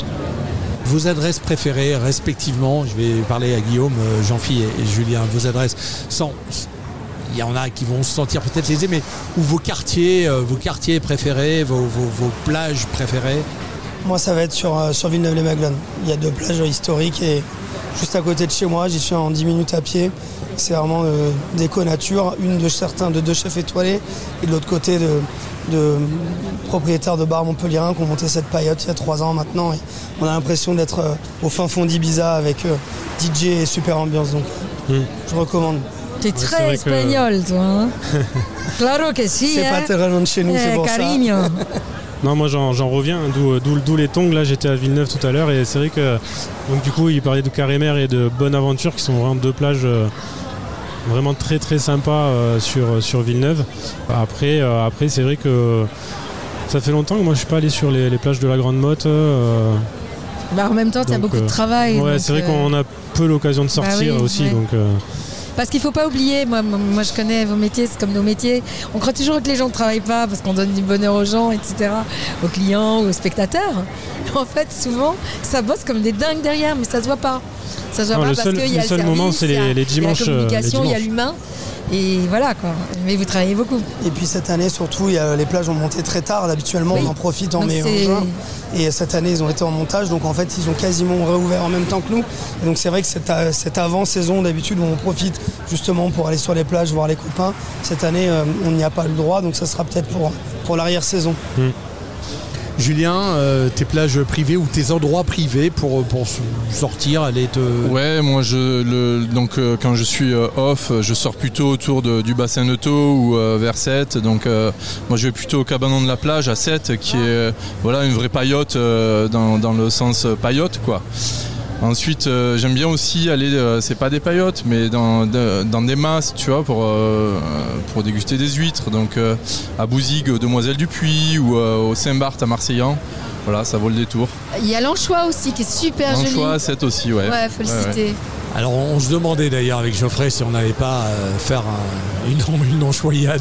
Vos adresses préférées, respectivement, je vais parler à Guillaume, Jean-Philippe et Julien, vos adresses, il y en a qui vont se sentir peut-être lésés, mais ou vos quartiers préférés, vos plages préférées. Moi, ça va être sur Villeneuve-les-Maglones. Il y a 2 plages historiques et juste à côté de chez moi, j'y suis en 10 minutes à pied. C'est vraiment déco nature, une de 2 chefs étoilés et de l'autre côté de propriétaires de bars montpelliérains qui ont monté cette paillote il y a 3 ans maintenant. Et on a l'impression d'être au fin fond d'Ibiza avec DJ et super ambiance. Donc je recommande. T'es très espagnol, toi. Hein. Claro que si. C'est pas très loin de chez nous, c'est pour cariño. ça. Non, moi j'en reviens, d'où les tongs. Là, j'étais à Villeneuve tout à l'heure et c'est vrai que donc du coup, il parlait de Carré-Mer et de Bonaventure qui sont vraiment 2 plages vraiment très très sympas sur Villeneuve. Après, c'est vrai que Ça fait longtemps que moi je suis pas allé sur les plages de la Grande Motte. En même temps, tu as beaucoup de travail. Ouais, c'est vrai qu'on a peu l'occasion de sortir aussi. Ouais. Donc, Parce qu'il ne faut pas oublier, moi je connais vos métiers, c'est comme nos métiers. On croit toujours que les gens ne travaillent pas parce qu'on donne du bonheur aux gens, etc., aux clients ou aux spectateurs. En fait, souvent, ça bosse comme des dingues derrière, mais ça ne se voit pas. Ça se voit pas parce qu'il y a le service, moment, c'est les dimanches, il y a la communication, il y a l'humain. Et voilà quoi, mais vous travaillez beaucoup. Et puis cette année surtout, les plages ont monté très tard, habituellement on en profite en mai et en juin. Et cette année ils ont été en montage, donc en fait ils ont quasiment réouvert en même temps que nous. Et donc c'est vrai que cette avant-saison d'habitude où on profite justement pour aller sur les plages, voir les copains, cette année on n'y a pas le droit, donc ça sera peut-être pour l'arrière-saison. Julien, tes plages privées ou tes endroits privés pour sortir, aller te... Ouais, moi donc quand je suis off, je sors plutôt autour du bassin de Thau ou vers Sète. Donc moi je vais plutôt au cabanon de la plage à Sète, qui est une vraie paillote dans le sens paillote quoi. Ensuite, j'aime bien aussi aller, c'est pas des paillotes, mais dans des masses, tu vois, pour déguster des huîtres. Donc à Bouzigues, aux Demoiselles du Puy ou au Saint-Barth à Marseillan. Voilà, ça vaut le détour. Il y a l'Anchois aussi qui est super joli. L'Anchois, c'est aussi, ouais. Ouais, faut le citer. Ouais. Alors on se demandait d'ailleurs avec Geoffrey si on n'allait pas faire une enchoyade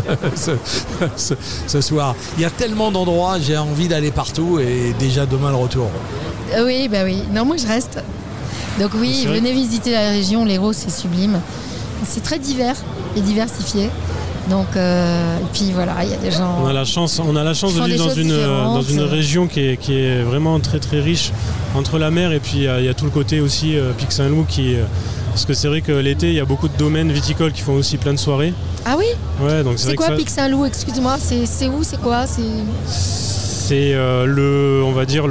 ce soir. Il y a tellement d'endroits, j'ai envie d'aller partout et déjà demain le retour. Oui, bah oui. Non, moi je reste. Donc oui, venez visiter la région, l'Hérault, c'est sublime. C'est très divers et diversifié. Donc, et puis voilà, il y a des gens... On a la chance de vivre dans une région qui est vraiment très très riche entre la mer et puis il y a tout le côté aussi Pic Saint-Loup parce que c'est vrai que l'été, il y a beaucoup de domaines viticoles qui font aussi plein de soirées. Ah oui ? Ouais, donc c'est quoi Pic Saint-Loup ? Excuse-moi, c'est où ? C'est quoi ? C'est on va dire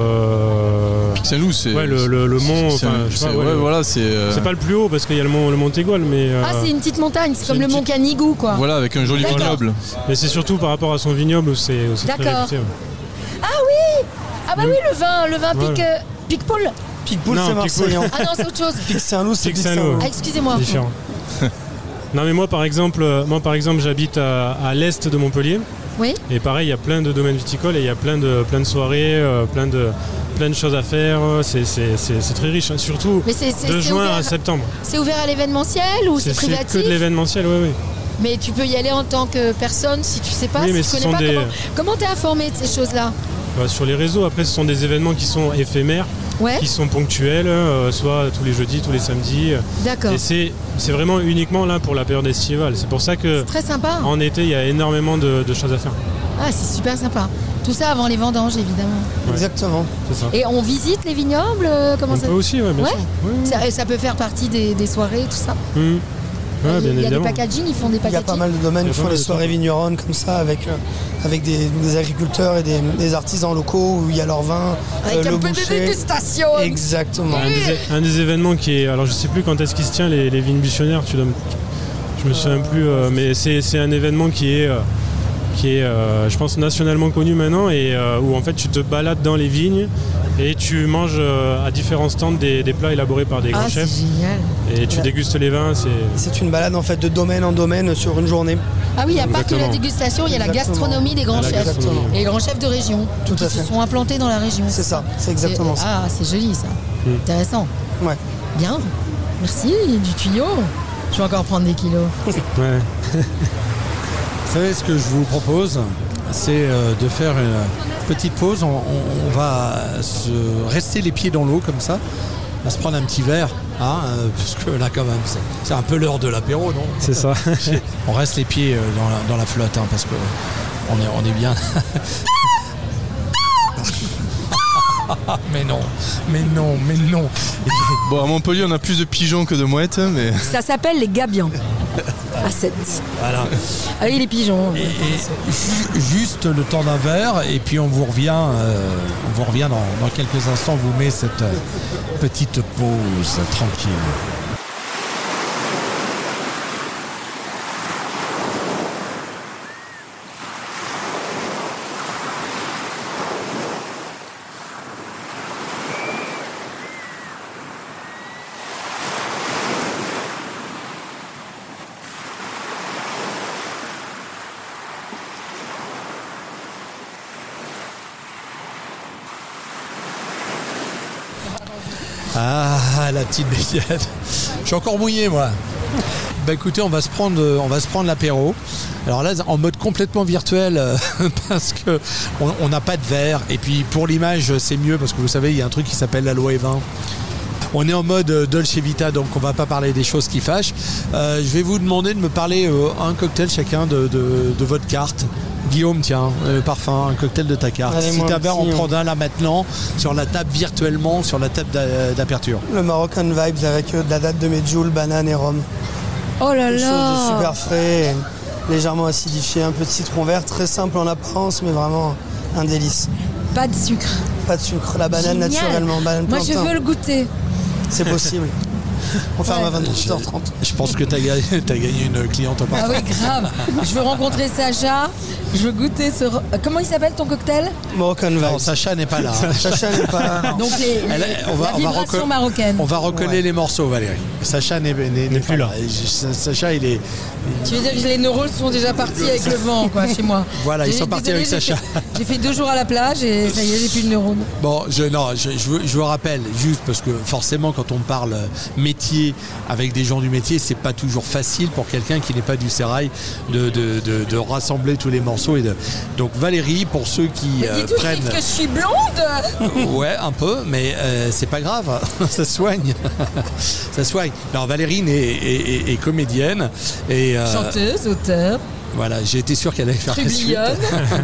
Pic Saint-Loup, c'est le mont. C'est pas le plus haut parce qu'il y a le mont Tégol, mais c'est une petite montagne, c'est comme le mont Canigou quoi. Voilà, avec un joli vignoble. Mais c'est surtout par rapport à son vignoble où c'est très réputé. Ah oui, oui, le vin Picpoul. Picpoul, c'est marseillan. Ah non, c'est autre chose. Pic Saint-Loup, c'est Pic Saint-Loup. Ah, excusez-moi. Différent. Non mais moi par exemple j'habite à l'est de Montpellier. Oui. Et pareil, il y a plein de domaines viticoles et il y a plein de soirées, plein de choses à faire. C'est très riche, hein. Surtout de juin à septembre. C'est ouvert à l'événementiel ou c'est privatif ? C'est que de l'événementiel, oui. Mais tu peux y aller en tant que personne si tu sais pas, si tu connais pas. Comment t'es informé de ces choses-là ? Sur les réseaux, après ce sont des événements qui sont éphémères. Ouais. Qui sont ponctuels, soit tous les jeudis, tous les samedis. D'accord. Et c'est vraiment uniquement là pour la période estivale. C'est pour ça que c'est très sympa. En été, il y a énormément de choses à faire. Ah, c'est super sympa. Tout ça avant les vendanges, évidemment. Ouais. Exactement. C'est ça. Et on visite les vignobles on peut aussi, bien sûr. Oui. Ça peut faire partie des soirées, tout ça. Ouais, il y a des packaging, ils font des packaging. Il y a pas mal de domaines qui font des soirées vigneronnes comme ça avec des agriculteurs et des artisans locaux où il y a leur vin, avec le un peu boucher. De dégustation. Exactement. Un des événements qui est... Alors je sais plus quand est-ce qu'il se tient, les vignes buissonnières, je me souviens plus, mais c'est un événement qui est je pense nationalement connu maintenant et où en fait tu te balades dans les vignes et tu manges à différents stands des plats élaborés par des grands chefs. C'est génial. Et tu dégustes les vins. C'est une balade en fait de domaine en domaine sur une journée. Ah oui, il n'y a pas que la dégustation, il y a la gastronomie des grands chefs. Et les grands chefs de région qui se sont implantés dans la région. C'est ça, c'est exactement ça. Ah, c'est joli ça. Intéressant. Ouais. Bien. Merci du tuyau. Je vais encore prendre des kilos. Ouais. Vous savez ce que je vous propose, c'est de faire une petite pause. On va rester les pieds dans l'eau comme ça. On va se prendre un petit verre, parce que là quand même c'est un peu l'heure de l'apéro, non ? C'est ça. On reste les pieds dans la flotte, parce que on est bien. Mais non. Bon, à Montpellier, on a plus de pigeons que de mouettes, mais... Ça s'appelle les gabions. À 7. Voilà. Ah oui, les pigeons. Et juste le temps d'un verre, et puis on vous revient dans quelques instants. On vous met cette petite pause tranquille. Ah, la petite baignade. Je suis encore mouillé, moi. Bah écoutez, on va se prendre l'apéro. Alors là, en mode complètement virtuel, parce que on n'a pas de verre. Et puis pour l'image, c'est mieux parce que vous savez, il y a un truc qui s'appelle l'aloe vin. On est en mode Dolce Vita, donc on va pas parler des choses qui fâchent. Je vais vous demander de me parler un cocktail chacun de votre carte. Guillaume, tiens, parfum, un cocktail de ta carte. Allez, si tu avais en petit, prendre un là maintenant, sur la table virtuellement, sur la table d'aperture. Le Moroccan Vibes avec de la date de Medjool, banane et rhum. Oh là Quelque chose de là. super frais, légèrement acidifié, un peu de citron vert, très simple en apparence, mais vraiment un délice. Pas de sucre. Pas de sucre, la banane Génial. naturellement, banane Moi, je plantain. veux le goûter. C'est possible. On ferme à Ouais. 23h30. Je pense que t'as gagné une cliente au Ah parfum. oui, grave. Je veux rencontrer Sacha. Je veux goûter ce... Comment il s'appelle ton cocktail? Moroccan Non, Vibes. Sacha n'est pas là. Sacha n'est pas là. Donc la vibration marocaine. On va recoller les morceaux, Valérie. Sacha n'est plus là. Sacha, il est... Tu veux dire que les neurones sont déjà partis avec le vent, quoi, chez moi. Voilà, ils sont partis avec Sacha. J'ai fait 2 jours à la plage et ça y est, j'ai plus de neurones. Bon, je vous rappelle, juste parce que forcément, quand on parle métier avec des gens du métier, c'est pas toujours facile pour quelqu'un qui n'est pas du sérail de rassembler tous les morceaux. Donc Valérie, pour ceux qui Dis tout de prennent... suite que je suis blonde. Ouais, un peu, mais c'est pas grave, ça soigne. Ça soigne. Alors Valérie est comédienne et Chanteuse, auteur. voilà, j'ai été sûr qu'elle allait faire la suite. Trublionne.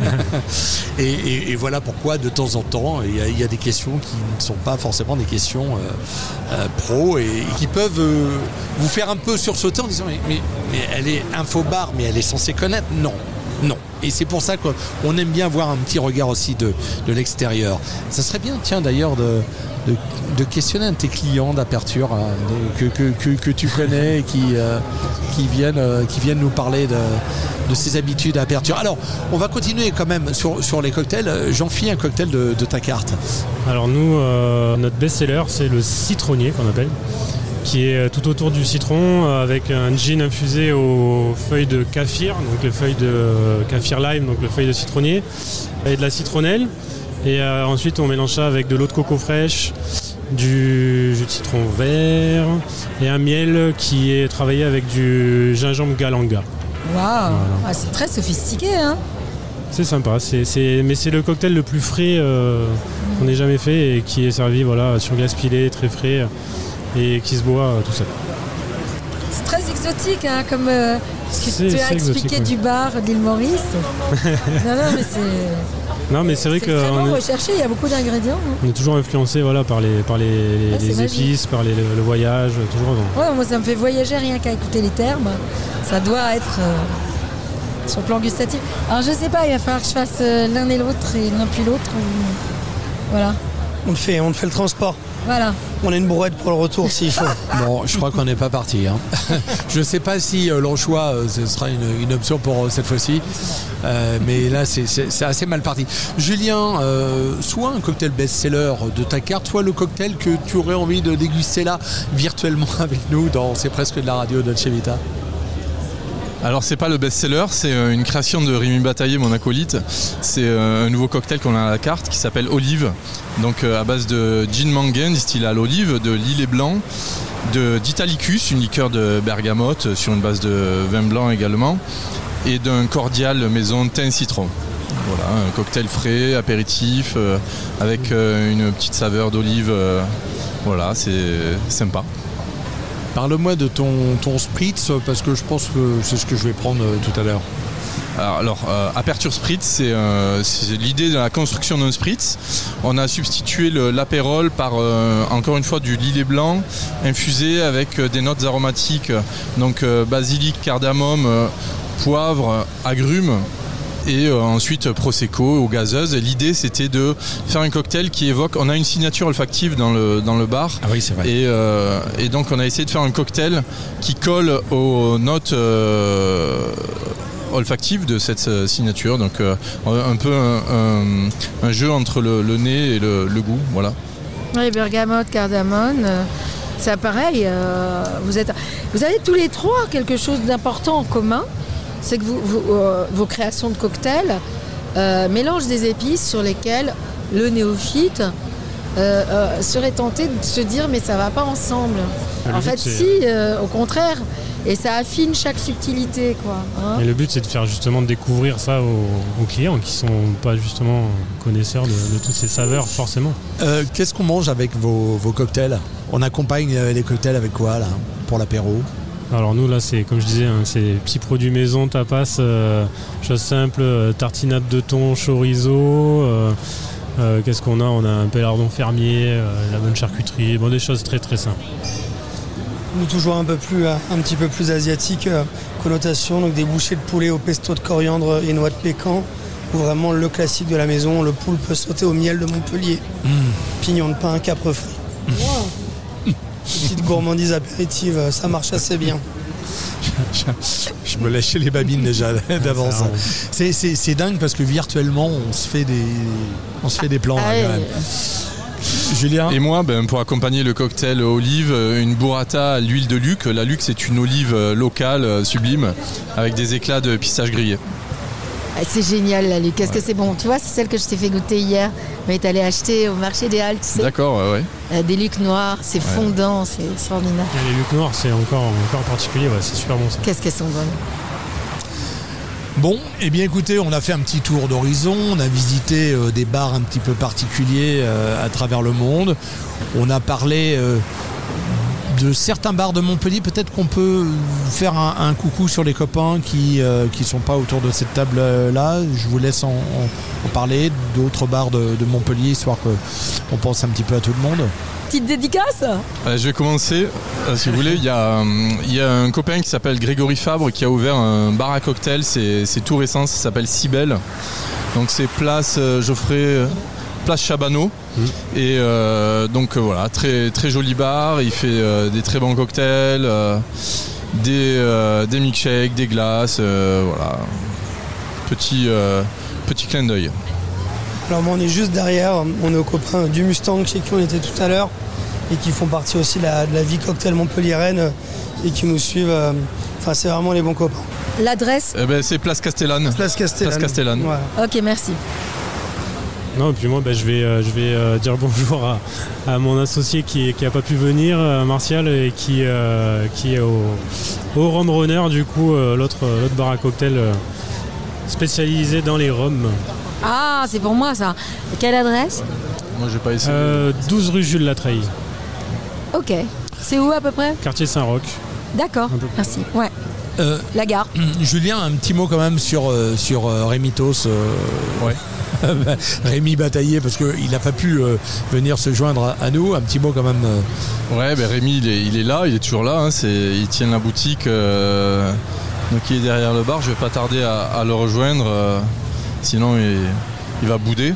et voilà pourquoi de temps en temps il y a des questions qui ne sont pas forcément des questions pro et qui peuvent vous faire un peu sursauter en disant mais elle est infobar, mais elle est censée connaître. Non. Et c'est pour ça qu'on aime bien voir un petit regard aussi de l'extérieur. Ça serait bien, tiens, d'ailleurs, de questionner un de tes clients d'aperture que tu connais et qui viennent nous parler de ses habitudes d'aperture. Alors, on va continuer quand même sur les cocktails. Jean-Phi, un cocktail de ta carte. Alors nous, notre best-seller, c'est le citronnier qu'on appelle, qui est tout autour du citron avec un gin infusé aux feuilles de kaffir, donc les feuilles de kaffir lime, donc les feuilles de citronnier, et de la citronnelle. Et ensuite on mélange ça avec de l'eau de coco fraîche, du jus de citron vert et un miel qui est travaillé avec du gingembre galanga. Waouh, Voilà. Ah, c'est très sophistiqué, hein. C'est sympa, mais c'est le cocktail le plus frais qu'on ait jamais fait et qui est servi sur glace pilée, très frais et qui se boit tout seul. C'est très exotique, hein, comme ce que C'est tu as expliqué exotique, du bar de l'île Maurice. Non, mais c'est vrai c'est vraiment qu'on recherché, il y a beaucoup d'ingrédients. Hein. est toujours influencé par les c'est épices, par le voyage, toujours. Ouais, moi ça me fait voyager rien qu'à écouter les termes. Ça doit être sur le plan gustatif. Alors je sais pas, il va falloir que je fasse l'un et l'autre et l'un puis l'autre. Voilà. On te fait le transport. Voilà. On a une brouette pour le retour s'il faut. Bon, je crois qu'on n'est pas parti. Hein. Je ne sais pas si l'anchois ce sera une option pour cette fois-ci. Mais là, c'est assez mal parti. Julien, soit un cocktail best-seller de ta carte, soit le cocktail que tu aurais envie de déguster là, virtuellement avec nous, dans C'est presque de la radio Dolce Vita. Alors c'est pas le best-seller, c'est une création de Rémi Bataillé, mon acolyte. C'est un nouveau cocktail qu'on a à la carte qui s'appelle Olive. Donc à base de gin manguin distillé à l'olive, de lillet blanc, d'Italicus, une liqueur de bergamote sur une base de vin blanc également, et d'un cordial maison thym citron. Voilà, un cocktail frais, apéritif, avec une petite saveur d'olive. Voilà, c'est sympa. Parle-moi de ton spritz, parce que je pense que c'est ce que je vais prendre tout à l'heure. Alors, Aperture Spritz, c'est l'idée de la construction d'un spritz. On a substitué l'apérole par, encore une fois, du lillet blanc infusé avec des notes aromatiques, donc basilic, cardamome, poivre, agrumes. Et ensuite Prosecco aux gazeuses. Et l'idée c'était de faire un cocktail qui évoque. On a une signature olfactive dans le bar. Ah oui, c'est vrai. Et donc on a essayé de faire un cocktail qui colle aux notes olfactives de cette signature. Donc un peu un jeu entre le nez et le goût. Voilà. Oui, bergamote, cardamone. C'est pareil. Vous avez tous les trois quelque chose d'important en commun. C'est que vos créations de cocktails mélangent des épices sur lesquelles le néophyte serait tenté de se dire mais ça va pas ensemble. En fait, au contraire. Et ça affine chaque subtilité, quoi. Et le but, c'est de faire justement découvrir ça aux clients qui sont pas justement connaisseurs de toutes ces saveurs, forcément. Qu'est-ce qu'on mange avec vos cocktails ? On accompagne les cocktails avec quoi, là, pour l'apéro ? Alors nous, là, c'est comme je disais, c'est petits produits maison, tapas, choses simples, tartinade de thon, chorizo. Qu'est-ce qu'on a ? On a un pélardon fermier, la bonne charcuterie, des choses très très simples. Nous toujours un petit peu plus asiatique connotation, donc des bouchées de poulet au pesto de coriandre et noix de pécan, ou vraiment le classique de la maison, le poulpe sauté au miel de Montpellier, pignon de pain, capre frit. Petite gourmandise apéritive, ça marche assez bien. Je me lâchais les babines déjà d'avance. C'est dingue parce que virtuellement on se fait des plans là, quand même. Julien. Et moi, pour accompagner le cocktail olive, une burrata à l'huile de Luc. La Luc, c'est une olive locale sublime avec des éclats de pistache grillés. C'est génial la Luc. Qu'est-ce que c'est bon. Tu vois, c'est celle que je t'ai fait goûter hier. Mais t'es allé acheter au marché des Halles, tu sais. D'accord, ouais. Des Luc noirs, c'est fondant, c'est extraordinaire. Et les Luc noirs, c'est encore particulier, c'est super bon ça. Qu'est-ce qu'elles sont bonnes. Bon, eh bien écoutez, on a fait un petit tour d'horizon, on a visité des bars un petit peu particuliers à travers le monde. On a parlé de certains bars de Montpellier. Peut-être qu'on peut faire un coucou sur les copains qui sont pas autour de cette table-là. Je vous laisse en parler d'autres bars de Montpellier, histoire qu'on pense un petit peu à tout le monde. Petite dédicace ? Je vais commencer. Si vous voulez, il y a un copain qui s'appelle Grégory Fabre qui a ouvert un bar à cocktails. C'est tout récent, ça s'appelle Cybelle. Donc c'est place Geoffrey, place Chabanot. Et donc voilà, très, très joli bar. Il fait des très bons cocktails, des milkshakes, des glaces. Voilà. Petit clin d'œil. Alors moi on est juste derrière, on est aux copains du Mustang chez qui on était tout à l'heure et qui font partie aussi de la vie cocktail montpelliéraine et qui nous suivent. C'est vraiment les bons copains. L'adresse ? C'est Place Castellane. Place Castellane. Voilà. Ok, merci. Non, et puis moi je vais dire bonjour à mon associé qui a pas pu venir, Martial, et qui est au Rhum Runner, du coup, l'autre bar à cocktail spécialisé dans les rhums. Ah, c'est pour moi ça. Quelle adresse ? Moi j'ai pas essayé. 12 rue Jules Latreille. Ok. C'est où à peu près ? Quartier Saint-Roch. D'accord, merci. Ouais. La gare. Julien, un petit mot quand même sur Rémitos. Ouais. Rémi Bataillé, parce qu'il n'a pas pu venir se joindre à nous. Un petit mot quand même. Ouais, Rémi il est là, il est toujours là. Il tient la boutique. Donc il est derrière le bar. Je vais pas tarder à le rejoindre. Sinon il va bouder.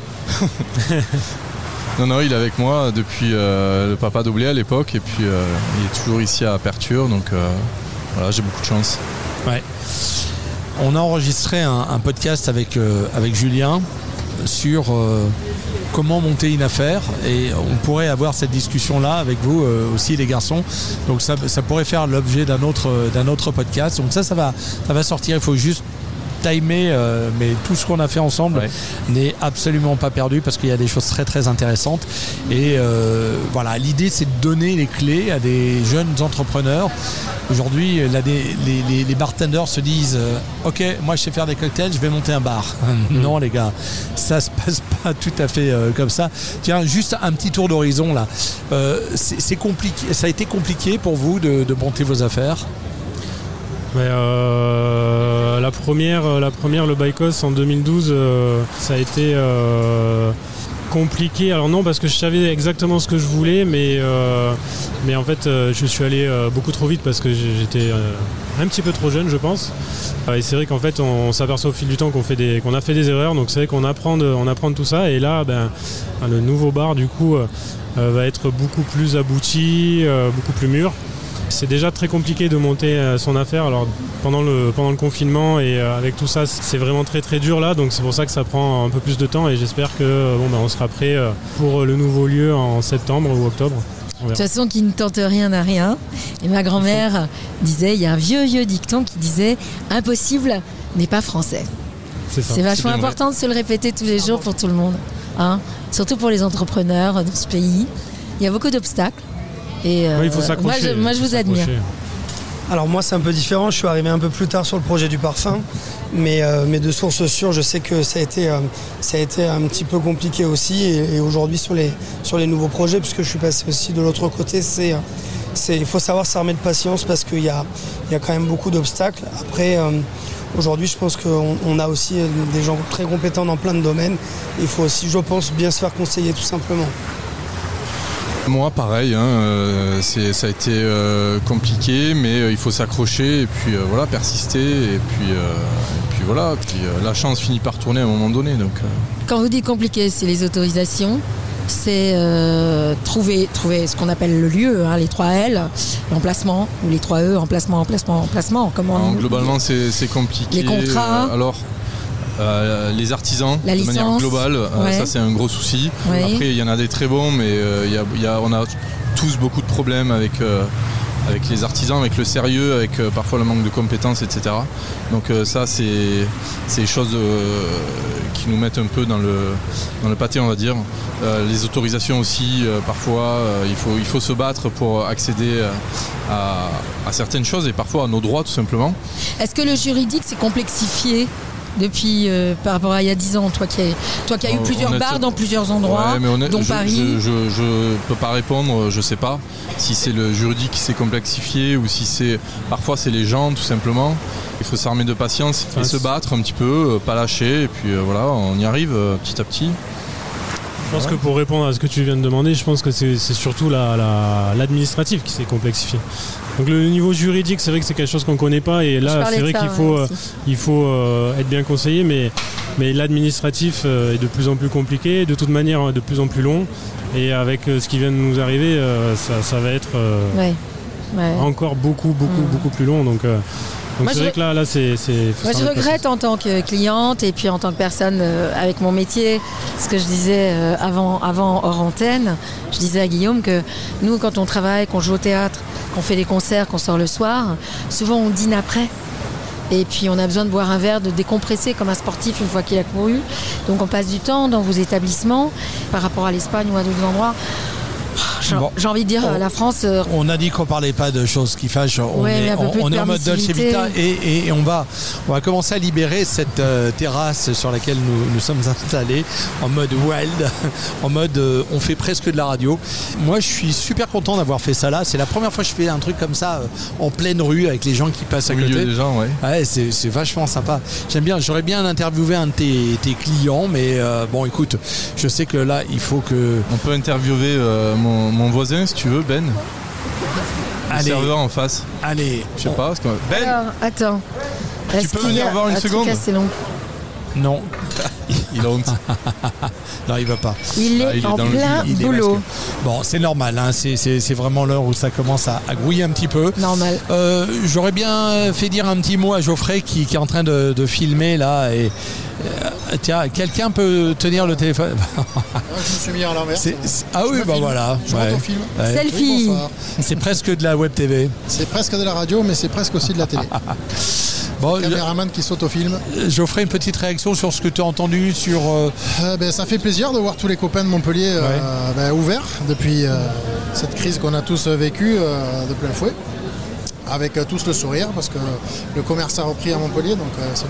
Non, il est avec moi depuis le Papa Doblé à l'époque. Et puis il est toujours ici à Aperture. Donc voilà, j'ai beaucoup de chance. Ouais. On a enregistré un podcast avec Julien sur comment monter une affaire, et on pourrait avoir cette discussion-là avec vous aussi, les garçons. Donc ça pourrait faire l'objet d'un autre podcast. Donc ça va sortir. Il faut juste timer, mais tout ce qu'on a fait ensemble n'est absolument pas perdu, parce qu'il y a des choses très très intéressantes. Et voilà, l'idée c'est de donner les clés à des jeunes entrepreneurs. Aujourd'hui, les bartenders se disent ok, moi je sais faire des cocktails, je vais monter un bar. Non les gars, ça se passe pas tout à fait comme ça. Tiens, juste un petit tour d'horizon là. C'est compliqué. Ça a été compliqué pour vous de monter vos affaires? La première, le Baikos en 2012, ça a été compliqué. Alors non, parce que je savais exactement ce que je voulais, mais en fait je suis allé beaucoup trop vite parce que j'étais un petit peu trop jeune, je pense. Et c'est vrai qu'en fait on s'aperçoit au fil du temps qu'on a fait des erreurs, donc c'est vrai qu'on apprend de tout ça. Et là, le nouveau bar du coup va être beaucoup plus abouti, beaucoup plus mûr. C'est déjà très compliqué de monter son affaire. Alors pendant le confinement et avec tout ça, c'est vraiment très très dur là. Donc c'est pour ça que ça prend un peu plus de temps, et j'espère que on sera prêt pour le nouveau lieu en septembre ou octobre. De toute façon, qui ne tente rien n'a rien. Et ma grand-mère disait, il y a un vieux dicton qui disait « Impossible n'est pas français ». C'est vachement important de se le répéter tous les jours pour tout le monde. hein, surtout pour les entrepreneurs dans ce pays. Il y a beaucoup d'obstacles. Et il faut s'accrocher. Moi, je vous admire. Alors moi c'est un peu différent, je suis arrivé un peu plus tard sur le projet du parfum, mais de source sûre je sais que ça a été un petit peu compliqué aussi et aujourd'hui sur les nouveaux projets, puisque je suis passé aussi de l'autre côté, il faut savoir s'armer de patience parce qu'il y a quand même beaucoup d'obstacles. Après aujourd'hui je pense qu'on a aussi des gens très compétents dans plein de domaines, il faut aussi je pense bien se faire conseiller tout simplement. Moi pareil, ça a été compliqué, mais il faut s'accrocher et puis voilà, persister et puis voilà, la chance finit par tourner à un moment donné. Donc, Quand vous dites compliqué, c'est les autorisations, c'est trouver ce qu'on appelle le lieu, hein, les 3 L, l'emplacement, ou les 3 E, emplacement. Globalement c'est compliqué. Les contrats. Les artisans, la licence, de manière globale, ça c'est un gros souci. Ouais. Après il y en a des très bons, mais on a tous beaucoup de problèmes avec les artisans, avec le sérieux, avec parfois le manque de compétences, etc. Donc ça c'est des choses qui nous mettent un peu dans le pâté, on va dire. Les autorisations aussi, parfois il faut se battre pour accéder à certaines choses et parfois à nos droits tout simplement. Est-ce que le juridique s'est complexifié depuis par rapport à il y a 10 ans, toi qui as eu plusieurs bars dans plusieurs endroits, dont Paris. Je peux pas répondre, je sais pas si c'est le juridique qui s'est complexifié ou si parfois c'est les gens tout simplement. Il faut s'armer de patience et se battre un petit peu, pas lâcher et puis voilà, on y arrive petit à petit. Je pense que pour répondre à ce que tu viens de demander, je pense que c'est surtout l'administratif qui s'est complexifié. Donc le niveau juridique, c'est vrai que c'est quelque chose qu'on ne connaît pas et là c'est vrai qu'il faut être bien conseillé, mais l'administratif est de plus en plus compliqué, de toute manière de plus en plus long, et avec ce qui vient de nous arriver, ça va être encore beaucoup plus long. Donc c'est vrai que là c'est moi je regrette en tant que cliente et puis en tant que personne avec mon métier, ce que je disais avant hors antenne, je disais à Guillaume que nous quand on travaille, qu'on joue au théâtre, qu'on fait des concerts, qu'on sort le soir, souvent on dîne après. Et puis on a besoin de boire un verre, de décompresser comme un sportif une fois qu'il a couru. Donc on passe du temps dans vos établissements par rapport à l'Espagne ou à d'autres endroits. J'ai envie de dire la France. On a dit qu'on parlait pas de choses qui fâchent. On est en mode Dolce Vita et on va commencer à libérer cette terrasse sur laquelle nous sommes installés en mode wild, en mode on fait presque de la radio. Moi je suis super content d'avoir fait ça là. C'est la première fois que je fais un truc comme ça en pleine rue avec les gens qui passent à côté. Au milieu des gens, ouais, c'est vachement sympa. J'aime bien. J'aurais bien interviewé un de tes clients, mais bon écoute, je sais que là il faut que. On peut interviewer mon voisin si tu veux, Ben. Le serveur en face. Allez. Je sais pas. Ben. Alors, attends. Tu peux venir voir une seconde ? Long. Non. Il a honte. Non, il va pas. Il est en plein boulot. Bon, c'est normal. Hein. C'est vraiment l'heure où ça commence à grouiller un petit peu. Normal. J'aurais bien fait dire un petit mot à Geoffrey qui est en train de filmer là. Et tiens, quelqu'un peut tenir le téléphone. Je me suis mis à l'envers. Ah oui, bah voilà. Je monte au film. Ouais. Selfie. Oui, c'est presque de la web TV. C'est presque de la radio, mais c'est presque aussi de la télé. Bon, caméraman qui saute au film. Geoffrey, une petite réaction sur ce que tu as entendu sur. Ça fait plaisir de voir tous les copains de Montpellier ouverts depuis cette crise qu'on a tous vécue de plein fouet. Avec tous le sourire parce que le commerce a repris à Montpellier, donc c'est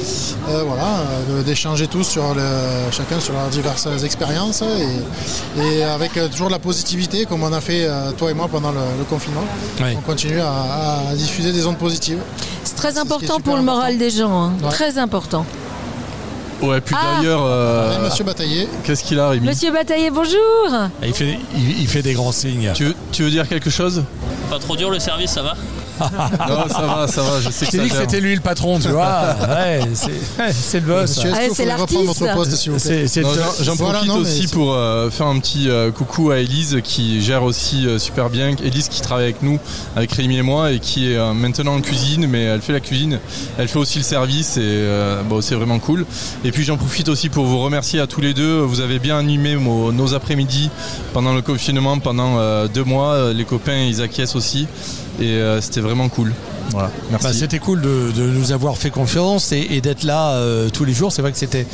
cool. D'échanger tous chacun sur leurs diverses expériences et avec toujours de la positivité comme on a fait toi et moi pendant le confinement. Ouais. On continue à diffuser des ondes positives. C'est très important pour le moral des gens, hein. Ouais. Très important. Ouais, puis d'ailleurs. Monsieur Bataillé. Qu'est-ce qu'il a, Rémi ? Monsieur Bataillé, bonjour. Il fait des grands signes. Tu veux dire quelque chose ? Pas trop dur le service, ça va ? Non, ça va, je sais que ça. Je t'ai dit que c'était lui le patron, tu vois. Ouais, c'est le boss. Monsieur, est-ce que vous pouvez reprendre votre poste, s'il vous plaît ? J'en profite aussi pour faire un petit coucou à Élise qui gère aussi super bien. Élise qui travaille avec nous, avec Rémi et moi, et qui est maintenant en cuisine, mais elle fait la cuisine, elle fait aussi le service et c'est vraiment cool. Et puis j'en profite aussi pour vous remercier à tous les deux. Vous avez bien animé nos après-midi pendant le confinement, pendant 2 mois. Les copains, ils acquiescent aussi. Et c'était vraiment cool. Voilà, merci. C'était cool de nous avoir fait confiance et d'être là tous les jours. C'est vrai que c'était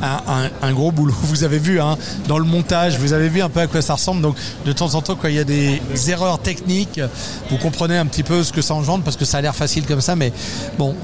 un gros boulot. Vous avez vu dans le montage, vous avez vu un peu à quoi ça ressemble. Donc de temps en temps, quand il y a des erreurs techniques, vous comprenez un petit peu ce que ça engendre parce que ça a l'air facile comme ça, mais bon,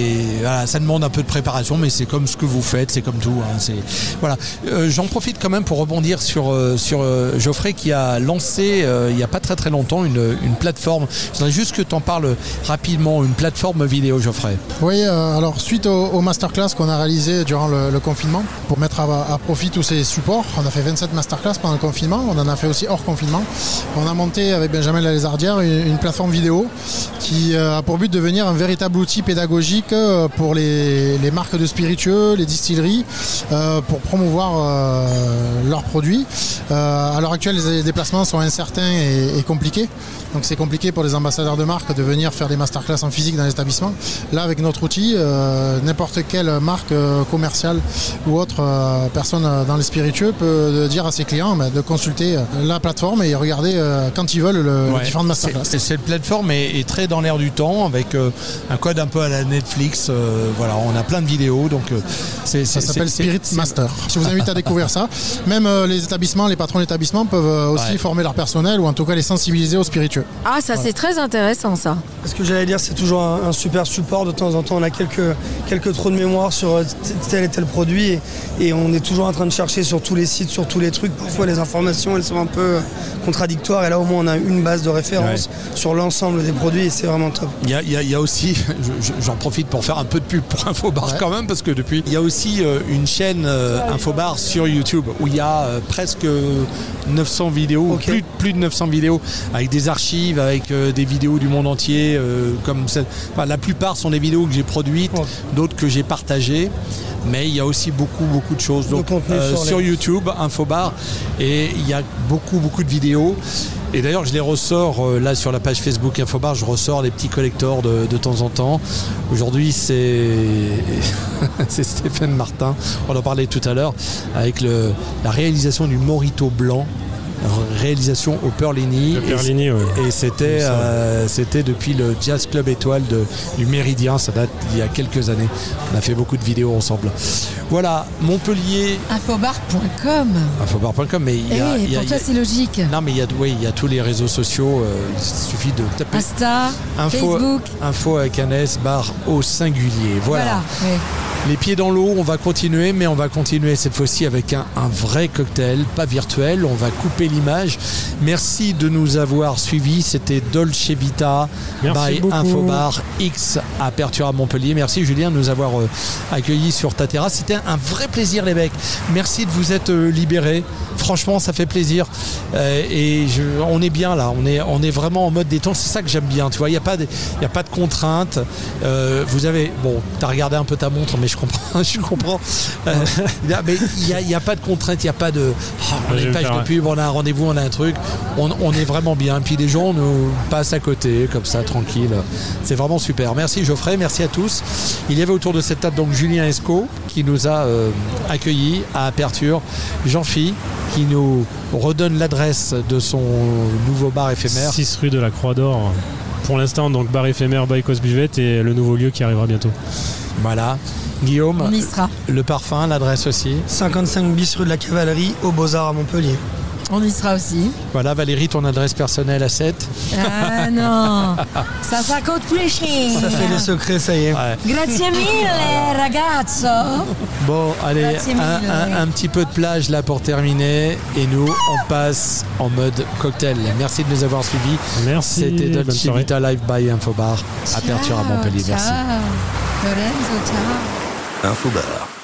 ça demande un peu de préparation, mais c'est comme ce que vous faites, c'est comme tout. Voilà. J'en profite quand même pour rebondir sur Geoffrey qui a lancé il n'y a pas très très longtemps une plateforme. Je voudrais juste que tu en parles rapidement, une plateforme vidéo, Geoffrey. Oui, alors suite au masterclass qu'on a réalisé durant le confinement, pour mettre à profit tous ces supports, on a fait 27 masterclass pendant le confinement, on en a fait aussi hors confinement. On a monté avec Benjamin Lalézardière une plateforme vidéo qui a pour but de devenir un véritable outil pédagogique pour les marques de spiritueux, les distilleries, pour promouvoir leurs produits. À l'heure actuelle, les déplacements sont incertains et compliqués. Donc c'est compliqué pour les ambassadeurs de marque de venir faire des masterclass en physique dans les établissements. Là, avec notre outil, n'importe quelle marque commerciale ou autre personne dans les spiritueux peut dire à ses clients de consulter la plateforme et regarder quand ils veulent les différentes masterclass. Cette plateforme est très dans l'air du temps avec un code un peu à la Netflix. Voilà, on a plein de vidéos. Donc ça s'appelle Spirit Master. Je vous invite à découvrir ça. Même les établissements, les patrons d'établissements peuvent aussi former leur personnel ou en tout cas les sensibiliser aux spiritueux. Ah, ça c'est très intéressant ça. Ce que j'allais dire, c'est toujours un super support. De temps en temps, on a quelques trous de mémoire sur tel et tel produit et on est toujours en train de chercher sur tous les sites, sur tous les trucs. Parfois, les informations, elles sont un peu contradictoires et là, au moins, on a une base de référence sur l'ensemble des produits et c'est vraiment top. Il y a aussi, j'en profite pour faire un peu de pub pour Infobar quand même, parce que il y a aussi une chaîne Infobar sur YouTube où il y a presque 900 vidéos, plus de 900 vidéos avec des archives, avec des vidéos du monde entier. La plupart sont des vidéos que j'ai produites, d'autres que j'ai partagées. Mais il y a aussi beaucoup de choses. Donc, sur YouTube, Infobar, et il y a beaucoup de vidéos. Et d'ailleurs, je les ressors là sur la page Facebook Infobar, je ressors les petits collectors de temps en temps. Aujourd'hui, c'est Stéphane Martin, on en parlait tout à l'heure, avec la réalisation du Morito blanc. Réalisation au Perlini. Et c'était depuis le Jazz Club Étoile du Méridien, ça date il y a quelques années. On a fait beaucoup de vidéos ensemble. Voilà, Montpellier. Infobar.com, mais pour toi c'est logique. Non, mais il y a tous les réseaux sociaux. Il suffit de taper Insta, Facebook. Info avec un S, barre au singulier. Voilà. Les pieds dans l'eau, on va continuer, mais on va continuer cette fois-ci avec un vrai cocktail, pas virtuel. On va couper l'image. Merci de nous avoir suivis. C'était Dolce Vita by Infobar X Aperture à Montpellier. Merci Julien de nous avoir accueillis sur ta terrasse. C'était un vrai plaisir les mecs. Merci de vous être libérés. Franchement, ça fait plaisir. On est bien là. On est vraiment en mode détente. C'est ça que j'aime bien. Tu vois, il n'y a pas de contraintes. Vous avez... Bon, tu as regardé un peu ta montre, mais je comprends. Mais il n'y a pas de contraintes. Il n'y a pas de... on a une page de pub, on a un rendez-vous, on a un truc. On est vraiment bien. Puis les gens nous passent à côté, comme ça, tranquille. C'est vraiment super. Merci Geoffrey, merci à tous. Il y avait autour de cette table donc Julien Escaut qui nous a accueillis à Aperture. Jean-Phi qui nous redonne l'adresse de son nouveau bar éphémère. 6 rue de la Croix d'Or. Pour l'instant, donc bar éphémère Baïkos Buvette et le nouveau lieu qui arrivera bientôt. Voilà. Guillaume, on y sera. Le parfum, l'adresse aussi. 55 bis rue de la Cavalerie, au Beaux-Arts à Montpellier. On y sera aussi. Voilà, Valérie, ton adresse personnelle à 7. Ah non, ça coûte plus cher. Ça fait les secrets, ça y est. Ouais. Grazie mille, ragazzo. Bon, allez, un petit peu de plage là pour terminer. Et nous, on passe en mode cocktail. Merci de nous avoir suivis. Merci. C'était Dolce Vita Live by Infobar. Ciao, Aperture à Montpellier. Merci. Lorenzo, ciao. Infobar.